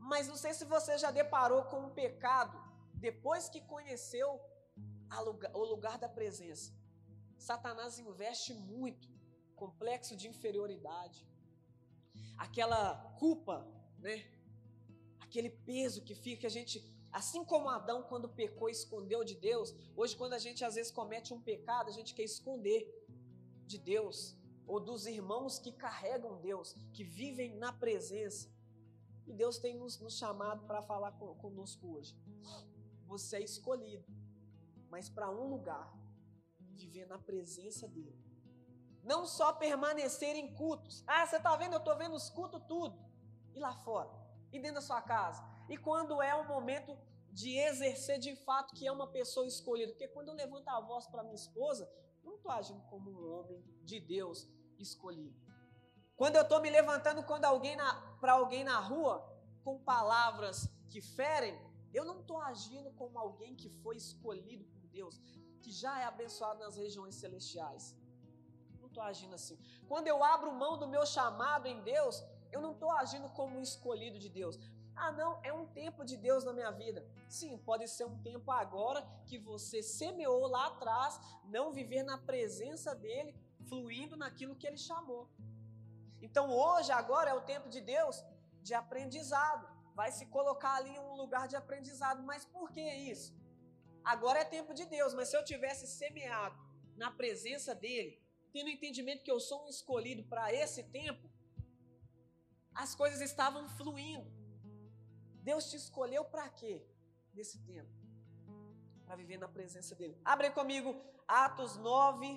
S1: Mas não sei se você já deparou com um pecado depois que conheceu a lugar, o lugar da presença. Satanás investe muito, complexo de inferioridade, aquela culpa, né? Aquele peso que fica, a gente, assim como Adão quando pecou escondeu de Deus, hoje quando a gente às vezes comete um pecado, a gente quer esconder de Deus, ou dos irmãos que carregam Deus, que vivem na presença. E Deus tem nos, nos chamado para falar com, conosco hoje. Você é escolhido, mas para um lugar, viver na presença dele. Não só permanecer em cultos. Ah, você está vendo? Eu estou vendo os cultos tudo. E lá fora? E dentro da sua casa? E quando é o momento de exercer de fato que é uma pessoa escolhida? Porque quando eu levanto a voz para minha esposa, eu não estou agindo como um homem de Deus escolhido. Quando eu estou me levantando quando alguém para alguém na rua, com palavras que ferem, eu não estou agindo como alguém que foi escolhido por Deus, que já é abençoado nas regiões celestiais. Não estou agindo assim. Quando eu abro mão do meu chamado em Deus, eu não estou agindo como um escolhido de Deus. Ah, não, é um tempo de Deus na minha vida. Sim, pode ser um tempo agora que você semeou lá atrás, não viver na presença dele, fluindo naquilo que ele chamou. Então hoje, agora é o tempo de Deus de aprendizado. Vai se colocar ali em um lugar de aprendizado. Mas por que isso? Agora é tempo de Deus, mas se eu tivesse semeado na presença dele, tendo o entendimento que eu sou um escolhido para esse tempo, as coisas estavam fluindo. Deus te escolheu para quê nesse tempo? Para viver na presença dele. Abre comigo Atos nove.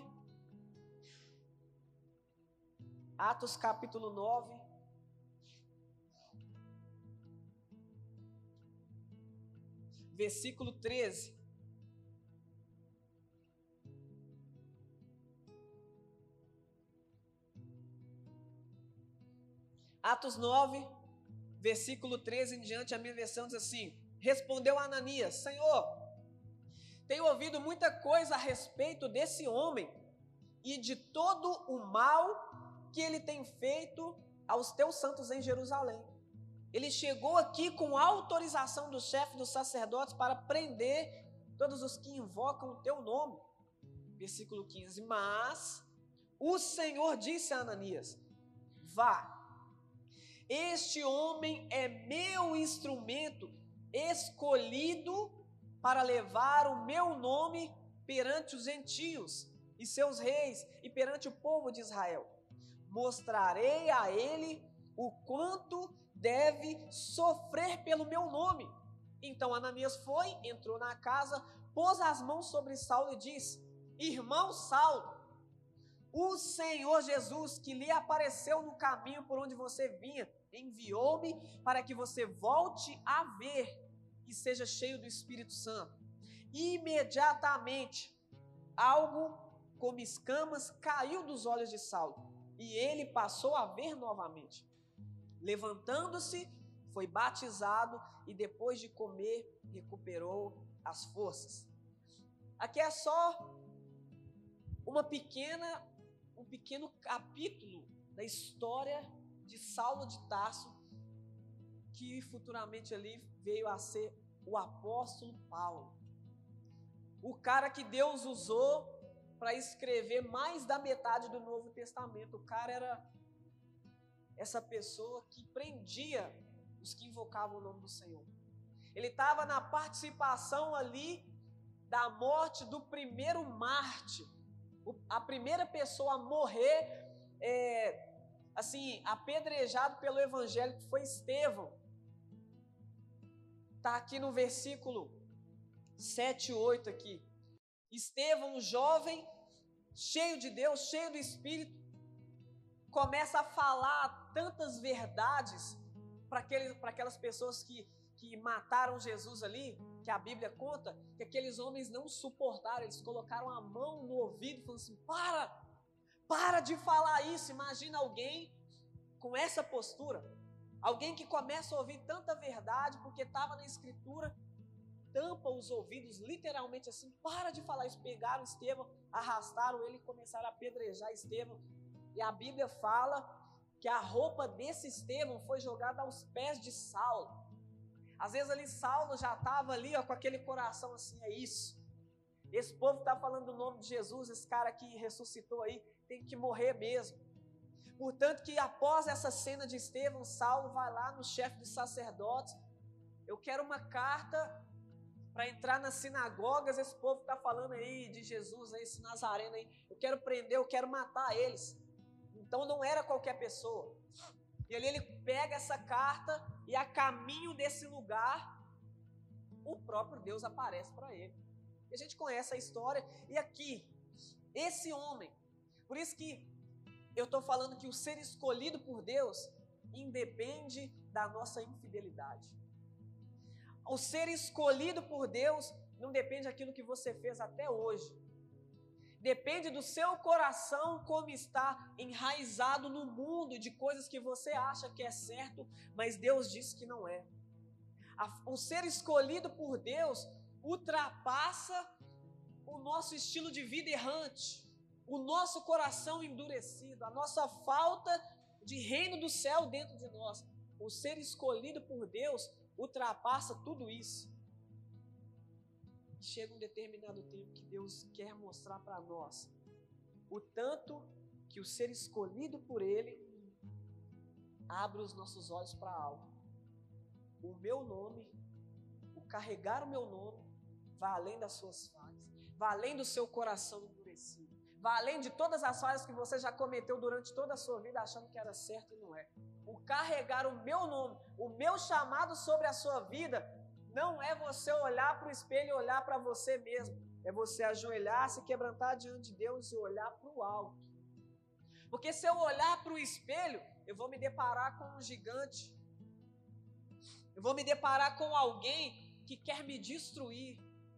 S1: Atos capítulo nove. Versículo treze. Atos nove, versículo treze em diante, a minha versão diz assim: respondeu Ananias: Senhor, tenho ouvido muita coisa a respeito desse homem e de todo o mal que ele tem feito aos teus santos em Jerusalém. Ele chegou aqui com autorização do chefe dos sacerdotes para prender todos os que invocam o teu nome. Versículo quinze. Mas o Senhor disse a Ananias: vá, este homem é meu instrumento escolhido para levar o meu nome perante os gentios e seus reis e perante o povo de Israel. Mostrarei a ele o quanto deve sofrer pelo meu nome. Então Ananias foi, entrou na casa, pôs as mãos sobre Saulo e disse: irmão Saulo, o Senhor Jesus, que lhe apareceu no caminho por onde você vinha, enviou-me para que você volte a ver e seja cheio do Espírito Santo. Imediatamente, algo como escamas caiu dos olhos de Saulo, e ele passou a ver novamente. Levantando-se, foi batizado e depois de comer, recuperou as forças. Aqui é só uma pequena, um pequeno capítulo da história de Saulo de Tarso, que futuramente ali veio a ser o apóstolo Paulo. O cara que Deus usou para escrever mais da metade do Novo Testamento. O cara era essa pessoa que prendia os que invocavam o nome do Senhor. Ele estava na participação ali da morte do primeiro mártir, a primeira pessoa a morrer, é, assim, apedrejado pelo evangelho, que foi Estevão. Está aqui no versículo sete e oito aqui. Estevão, um jovem, cheio de Deus, cheio do Espírito, começa a falar tantas verdades para aquelas pessoas que, que mataram Jesus ali, que a Bíblia conta, que aqueles homens não suportaram, eles colocaram a mão no ouvido e falaram assim: para, para de falar isso. Imagina alguém com essa postura, alguém que começa a ouvir tanta verdade, porque estava na Escritura, tampa os ouvidos, literalmente assim: para de falar isso. Pegaram Estevão, arrastaram ele e começaram a apedrejar Estevão. E a Bíblia fala que a roupa desse Estevão foi jogada aos pés de Saulo. Às vezes ali Saulo já estava ali, ó, com aquele coração assim, é isso. Esse povo está falando do nome de Jesus, esse cara que ressuscitou aí, tem que morrer mesmo. Portanto que após essa cena de Estevão, Saulo vai lá no chefe dos sacerdotes, eu quero uma carta para entrar nas sinagogas, esse povo está falando aí de Jesus, aí, esse Nazareno aí, eu quero prender, eu quero matar eles. Então não era qualquer pessoa. E ali ele pega essa carta e a caminho desse lugar, o próprio Deus aparece para ele. E a gente conhece a história. E aqui, esse homem, por isso que eu estou falando que o ser escolhido por Deus independe da nossa infidelidade. O ser escolhido por Deus não depende daquilo que você fez até hoje. Depende do seu coração como está enraizado no mundo de coisas que você acha que é certo, mas Deus disse que não é. O ser escolhido por Deus ultrapassa o nosso estilo de vida errante, o nosso coração endurecido, a nossa falta de reino do céu dentro de nós. O ser escolhido por Deus ultrapassa tudo isso. Chega um determinado tempo que Deus quer mostrar para nós o tanto que o ser escolhido por Ele abre os nossos olhos para algo. O meu nome, o carregar o meu nome, vai além das suas falhas, vai além do seu coração endurecido, vai além de todas as falhas que você já cometeu durante toda a sua vida achando que era certo e não é. O carregar o meu nome, o meu chamado sobre a sua vida, não é você olhar para o espelho e olhar para você mesmo. É você ajoelhar, se quebrantar diante de Deus e olhar para o alto. Porque se eu olhar para o espelho, eu vou me deparar com um gigante. Eu vou me deparar com alguém que quer me destruir.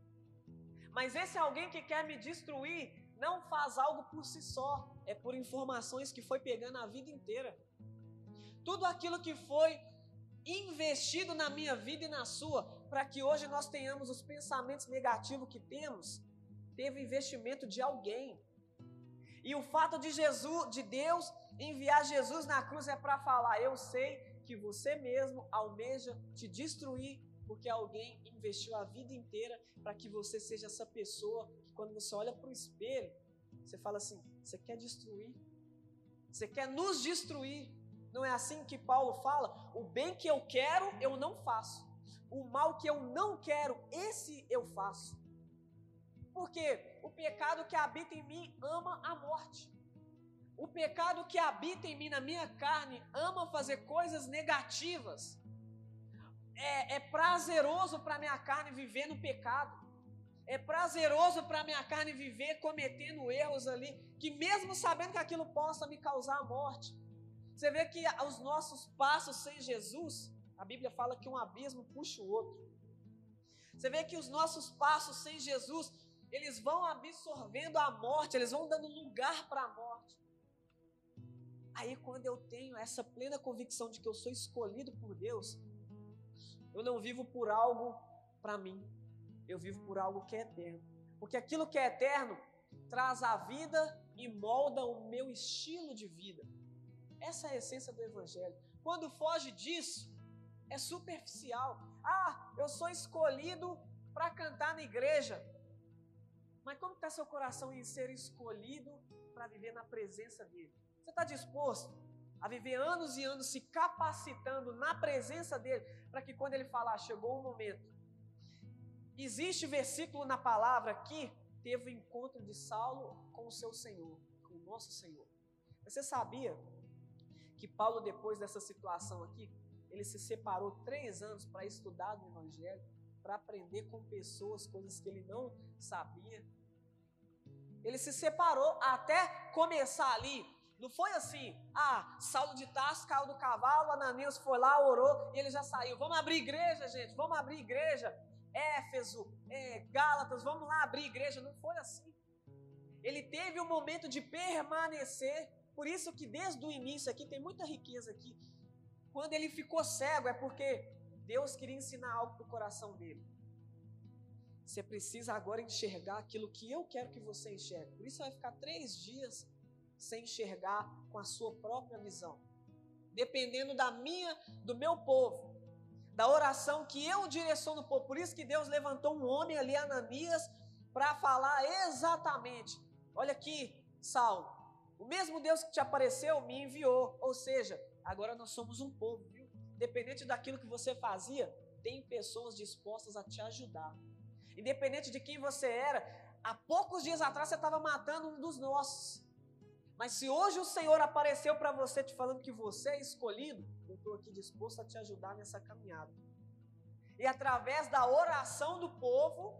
S1: Mas esse alguém que quer me destruir não faz algo por si só. É por informações que foi pegando a vida inteira. Tudo aquilo que foi investido na minha vida e na sua, para que hoje nós tenhamos os pensamentos negativos que temos, teve investimento de alguém. E o fato de Jesus, de Deus enviar Jesus na cruz é para falar, eu sei que você mesmo almeja te destruir, porque alguém investiu a vida inteira para que você seja essa pessoa que quando você olha para o espelho, você fala assim, você quer destruir? Você quer nos destruir? Não é assim que Paulo fala? O bem que eu quero, eu não faço. O mal que eu não quero, esse eu faço. Porque o pecado que habita em mim ama a morte. O pecado que habita em mim, na minha carne, ama fazer coisas negativas. É, é prazeroso para a minha carne viver no pecado. É prazeroso para a minha carne viver cometendo erros ali, que mesmo sabendo que aquilo possa me causar a morte. Você vê que os nossos passos sem Jesus, a Bíblia fala que um abismo puxa o outro. Você vê que os nossos passos sem Jesus, eles vão absorvendo a morte, eles vão dando lugar para a morte. Aí quando eu tenho essa plena convicção de que eu sou escolhido por Deus, eu não vivo por algo para mim, eu vivo por algo que é eterno. Porque aquilo que é eterno traz a vida e molda o meu estilo de vida. Essa é a essência do Evangelho. Quando foge disso, é superficial. Ah, eu sou escolhido para cantar na igreja. Mas como está seu coração em ser escolhido para viver na presença dele? Você está disposto a viver anos e anos se capacitando na presença dele, para que quando ele falar, chegou o momento. Existe versículo na palavra que teve o encontro de Saulo com o seu Senhor, com o nosso Senhor. Você sabia que Paulo, depois dessa situação aqui, ele se separou três anos para estudar no Evangelho, para aprender com pessoas, coisas que ele não sabia. Ele se separou até começar ali. Não foi assim, ah, Saulo de Tarso caiu do cavalo, Ananias foi lá, orou e ele já saiu. Vamos abrir igreja, gente, vamos abrir igreja. Éfeso, é, Gálatas, vamos lá abrir igreja. Não foi assim. Ele teve um momento de permanecer. Por isso que desde o início aqui, tem muita riqueza aqui. Quando ele ficou cego, é porque Deus queria ensinar algo para o coração dele. Você precisa agora enxergar aquilo que eu quero que você enxergue. Por isso você vai ficar três dias sem enxergar com a sua própria visão. Dependendo da minha, do meu povo. da oração que eu direciono o povo. Por isso que Deus levantou um homem ali, Ananias, para falar exatamente, olha aqui, Saulo, o mesmo Deus que te apareceu me enviou. Ou seja, agora nós somos um povo, viu? Independente daquilo que você fazia, tem pessoas dispostas a te ajudar. Independente de quem você era, há poucos dias atrás você estava matando um dos nossos. Mas se hoje o Senhor apareceu para você te falando que você é escolhido, eu estou aqui disposto a te ajudar nessa caminhada. E através da oração do povo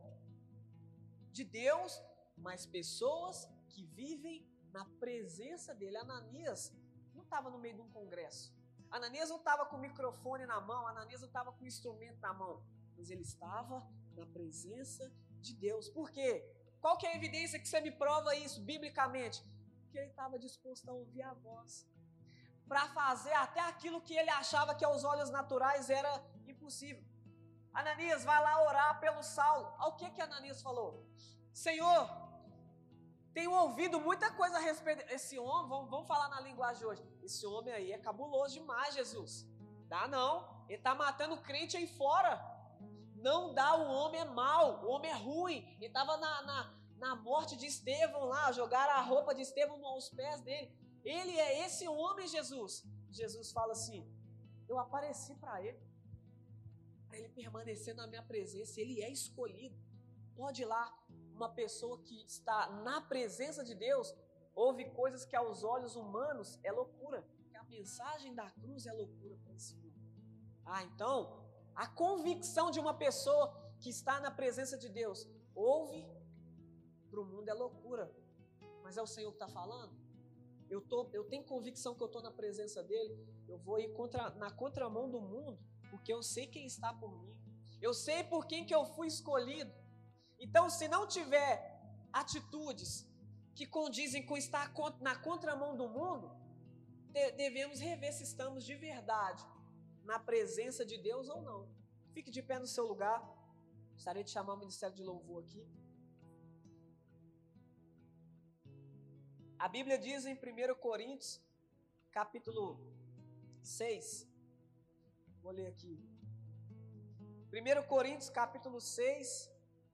S1: de Deus, mas pessoas que vivem na presença dele. Ananias não estava no meio de um congresso. Ananias não estava com o microfone na mão, Ananias não estava com o instrumento na mão, mas ele estava na presença de Deus. Por quê? Qual que é a evidência que você me prova isso biblicamente? Que ele estava disposto a ouvir a voz, para fazer até aquilo que ele achava que aos olhos naturais era impossível. Ananias, vai lá orar pelo Saulo. Ao que que Ananias falou? Senhor, tenho ouvido muita coisa a respeito desse homem, vamos, vamos falar na linguagem de hoje, esse homem aí é cabuloso demais, Jesus, dá não, ele está matando crente aí fora, não dá, o homem é mau, o homem é ruim, ele estava na, na, na morte de Estevão lá, jogaram a roupa de Estevão aos pés dele, ele é esse homem, Jesus. Jesus fala assim, eu apareci para ele, para ele permanecer na minha presença, ele é escolhido. Pode ir lá, uma pessoa que está na presença de Deus, ouve coisas que aos olhos humanos é loucura, que a mensagem da cruz é loucura para esse mundo. Ah, então, a convicção de uma pessoa que está na presença de Deus, ouve, para o mundo é loucura, mas é o Senhor que está falando. Eu, tô, eu tenho convicção que eu estou na presença dele, eu vou ir contra, na contramão do mundo, porque eu sei quem está por mim, eu sei por quem que eu fui escolhido. Então, se não tiver atitudes que condizem com estar na contramão do mundo, devemos rever se estamos de verdade na presença de Deus ou não. Fique de pé no seu lugar, gostaria de chamar o Ministério de Louvor aqui. A Bíblia diz em primeira Coríntios, capítulo seis, vou ler aqui, primeira Coríntios, capítulo seis,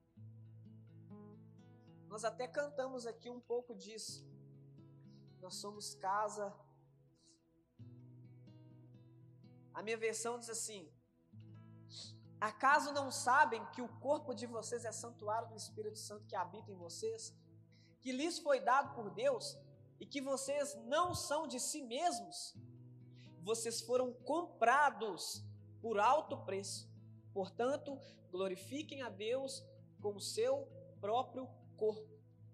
S1: nós até cantamos aqui um pouco disso, nós somos casa. A minha versão diz assim, acaso não sabem que o corpo de vocês é santuário do Espírito Santo que habita em vocês, que lhes foi dado por Deus, e que vocês não são de si mesmos, vocês foram comprados por alto preço, portanto, glorifiquem a Deus com o seu próprio corpo.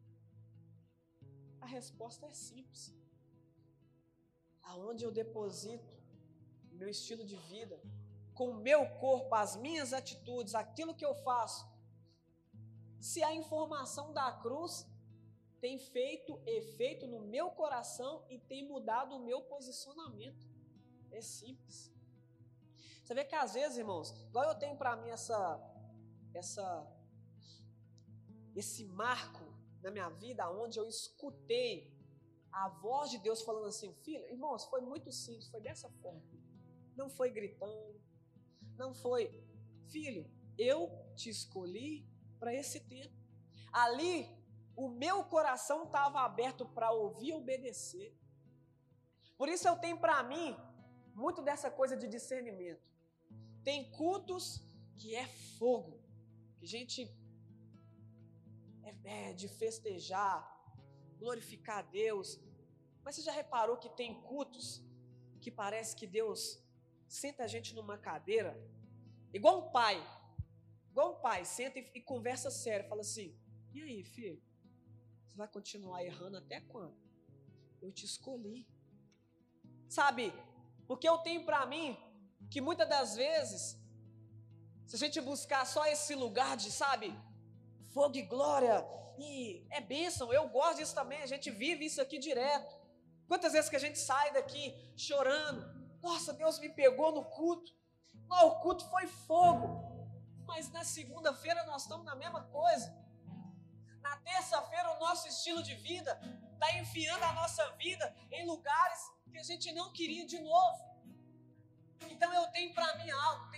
S1: A resposta é simples. Aonde eu deposito o meu estilo de vida, com o meu corpo, as minhas atitudes, aquilo que eu faço, se a informação da cruz tem feito efeito no meu coração e tem mudado o meu posicionamento. É simples. Você vê que às vezes, irmãos, igual eu tenho para mim essa, essa, esse marco na minha vida, onde eu escutei a voz de Deus falando assim, filho, irmãos, foi muito simples, foi dessa forma. Não foi gritando, não foi, filho, eu te escolhi para esse tempo. Ali, o meu coração estava aberto para ouvir e obedecer. Por isso eu tenho para mim muito dessa coisa de discernimento. Tem cultos que é fogo, que a gente é, é de festejar, glorificar a Deus. Mas você já reparou que tem cultos que parece que Deus senta a gente numa cadeira, igual um pai, igual um pai, senta e, e conversa sério, fala assim, e aí, filho? Você vai continuar errando até quando? Eu te escolhi. Sabe, porque eu tenho para mim que muitas das vezes, se a gente buscar só esse lugar de, sabe, fogo e glória, e é bênção, eu gosto disso também, a gente vive isso aqui direto. Quantas vezes que a gente sai daqui chorando, nossa, Deus me pegou no culto, não, o culto foi fogo, mas na segunda-feira nós estamos na mesma coisa. Na terça-feira o nosso estilo de vida está enfiando a nossa vida em lugares que a gente não queria de novo. Então eu tenho para mim algo, tem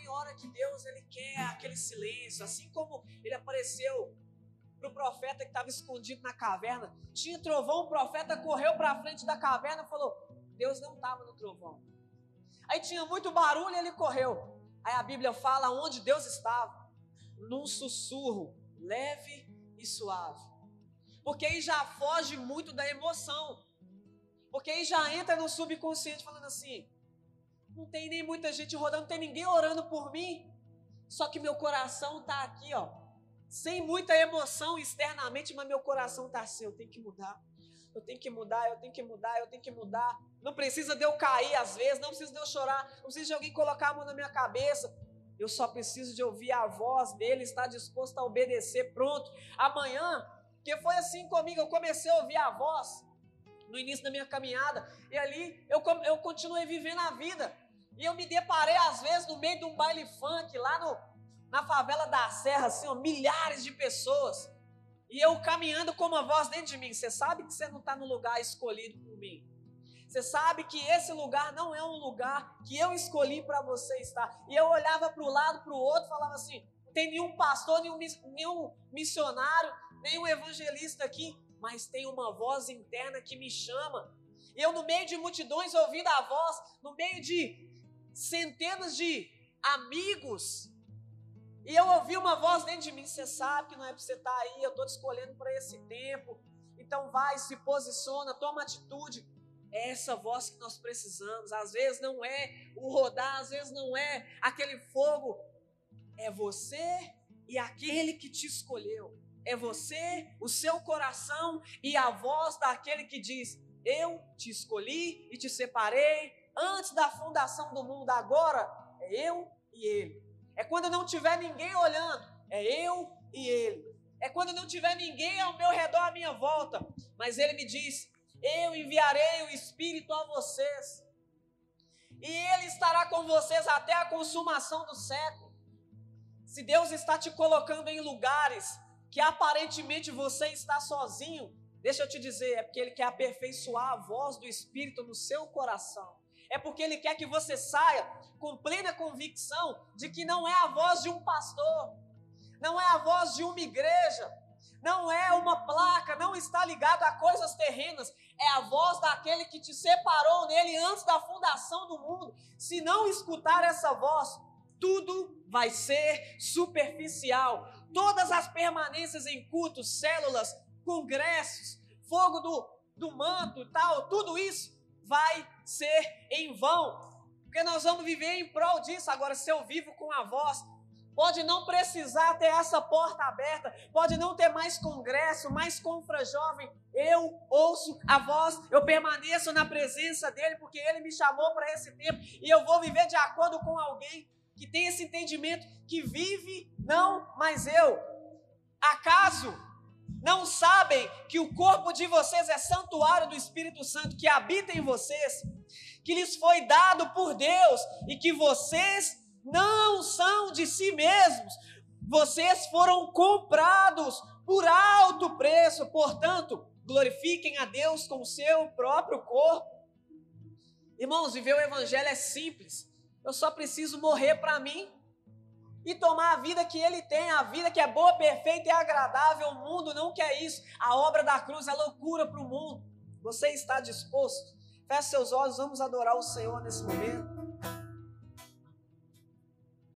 S1: tem hora que Deus ele quer aquele silêncio, assim como ele apareceu para o profeta que estava escondido na caverna. Tinha trovão, o profeta correu para a frente da caverna e falou: Deus não estava no trovão. Aí tinha muito barulho e ele correu. Aí a Bíblia fala onde Deus estava, num sussurro leve e suave. Porque aí já foge muito da emoção. Porque aí já entra no subconsciente falando assim: não tem nem muita gente rodando, não tem ninguém orando por mim. Só que meu coração está aqui, ó, sem muita emoção externamente, mas meu coração está assim: eu tenho que mudar. Eu tenho que mudar, eu tenho que mudar, eu tenho que mudar. Não precisa de eu cair às vezes, não precisa de eu chorar, não precisa de alguém colocar a mão na minha cabeça. Eu só preciso de ouvir a voz dele, estar disposto a obedecer, pronto. Amanhã, porque foi assim comigo, eu comecei a ouvir a voz no início da minha caminhada, e ali eu, eu continuei vivendo a vida. E eu me deparei às vezes no meio de um baile funk, lá no, na favela da Serra, assim, ó, milhares de pessoas. E eu caminhando com uma voz dentro de mim: você sabe que você não está no lugar escolhido por mim. Você sabe que esse lugar não é um lugar que eu escolhi para você estar. E eu olhava para o lado, para o outro, falava assim: não tem nenhum pastor, nenhum, nenhum missionário, nenhum evangelista aqui, mas tem uma voz interna que me chama. E eu, no meio de multidões, ouvindo a voz, no meio de centenas de amigos, e eu ouvi uma voz dentro de mim: você sabe que não é para você estar aí, eu estou te escolhendo para esse tempo, então vai, se posiciona, toma atitude. É essa voz que nós precisamos. Às vezes não é o rodar, às vezes não é aquele fogo, é você e aquele que te escolheu, é você, o seu coração e a voz daquele que diz: eu te escolhi e te separei antes da fundação do mundo, agora é eu e ele. É quando não tiver ninguém olhando, é eu e ele. É quando não tiver ninguém ao meu redor, à minha volta, mas ele me diz: eu enviarei o Espírito a vocês, e ele estará com vocês até a consumação do século. Se Deus está te colocando em lugares que aparentemente você está sozinho, deixa eu te dizer, é porque ele quer aperfeiçoar a voz do Espírito no seu coração. É porque ele quer que você saia com plena convicção de que não é a voz de um pastor, não é a voz de uma igreja, não é uma placa, não está ligado a coisas terrenas, é a voz daquele que te separou nele antes da fundação do mundo. Se não escutar essa voz, tudo vai ser superficial. Todas as permanências em cultos, células, congressos, fogo do, do manto e tal, tudo isso vai ser em vão, porque nós vamos viver em prol disso. Agora, se eu vivo com a voz, pode não precisar ter essa porta aberta, pode não ter mais congresso, mais confra-jovem, eu ouço a voz, eu permaneço na presença dele, porque ele me chamou para esse tempo, e eu vou viver de acordo com alguém que tem esse entendimento, que vive não mais eu. Acaso não sabem que o corpo de vocês é santuário do Espírito Santo que habita em vocês, que lhes foi dado por Deus, e que vocês não são de si mesmos, vocês foram comprados por alto preço? Portanto, glorifiquem a Deus com o seu próprio corpo. Irmãos, viver o evangelho é simples. Eu só preciso morrer para mim e tomar a vida que ele tem, a vida que é boa, perfeita e agradável. O mundo não quer isso. A obra da cruz é loucura para o mundo. Você está disposto? Feche seus olhos, vamos adorar o Senhor nesse momento.